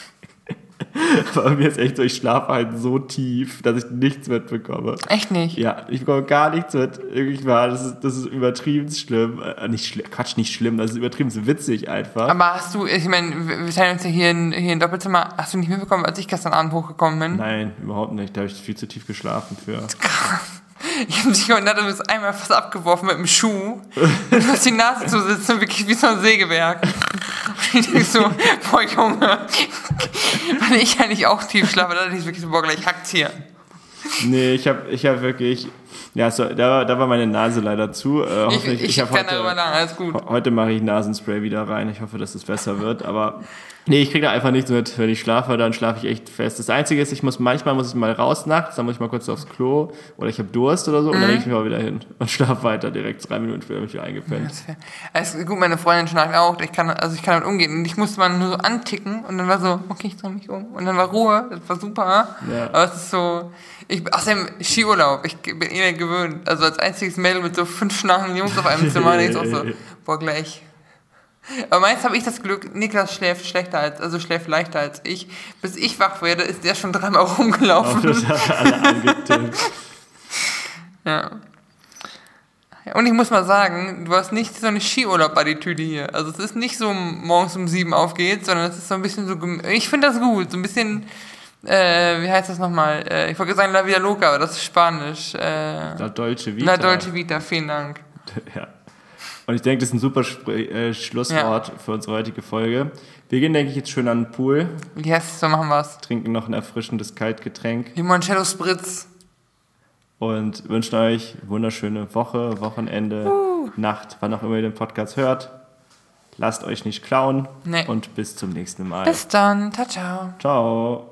Aber bei mir ist echt so, ich schlafe halt so tief, dass ich nichts mitbekomme. Echt nicht? Ja, ich bekomme gar nichts mit. Das ist übertrieben schlimm. Nicht schlimm, das ist übertrieben witzig einfach. Aber hast du, ich meine, wir teilen uns ja hier ein Doppelzimmer, hast du nicht mitbekommen, als ich gestern Abend hochgekommen bin? Nein, überhaupt nicht. Da habe ich viel zu tief geschlafen für. Krass. Ich habe dich gewundert, du bist einmal fast abgeworfen mit dem Schuh. Du hast die Nase zu sitzen, wirklich wie so ein Sägewerk. Und ich denke so, boah Junge, weil ich eigentlich auch tief schlafe, da dachte ich wirklich so, boah, gleich hackt's hier. Nee, ich hab wirklich, ja, so, da war meine Nase leider zu. Ich kann darüber lang, alles gut. Heute mache ich Nasenspray wieder rein. Ich hoffe, dass es besser wird, aber nee, ich kriege da einfach nichts mit. Wenn ich schlafe, dann schlafe ich echt fest. Das Einzige ist, manchmal muss ich mal raus nachts, dann muss ich mal kurz aufs Klo oder ich habe Durst oder so und dann lege ich mich mal wieder hin und schlafe weiter direkt 3 Minuten später bin ich wieder eingepennt. Also gut, meine Freundin schnarcht auch, ich kann damit umgehen und ich musste mal nur so anticken und dann war so, okay, ich drehe mich um und dann war Ruhe, das war super, ja. Aber es ist so, außerdem Skiurlaub, ich bin eh gewöhnt, also als einziges Mädel mit so 5 schnarchenden Jungs auf einem Zimmer, da ist auch so, boah, gleich. Aber meist habe ich das Glück, Niklas schläft leichter als ich. Bis ich wach werde, ist der schon 3-mal rumgelaufen. Das hat alle angetippt. Ja. Und ich muss mal sagen, du hast nicht so eine Skiurlaub-Attitüde hier. Also es ist nicht so, morgens um 7 aufgeht, sondern es ist so ein bisschen so, ich finde das gut, so ein bisschen, wie heißt das nochmal? Ich wollte sagen La Vida Loca, aber das ist Spanisch. La Dolce Vita. La Dolce Vita, vielen Dank. Ja. Und ich denke, das ist ein super Schlusswort für unsere heutige Folge. Wir gehen, denke ich, jetzt schön an den Pool. Yes, so machen wir's. Trinken noch ein erfrischendes Kaltgetränk. Limoncello Spritz. Und wünschen euch wunderschöne Woche, Wochenende, Nacht, wann auch immer ihr den Podcast hört. Lasst euch nicht klauen. Nee. Und bis zum nächsten Mal. Bis dann. Ciao, ciao. Ciao.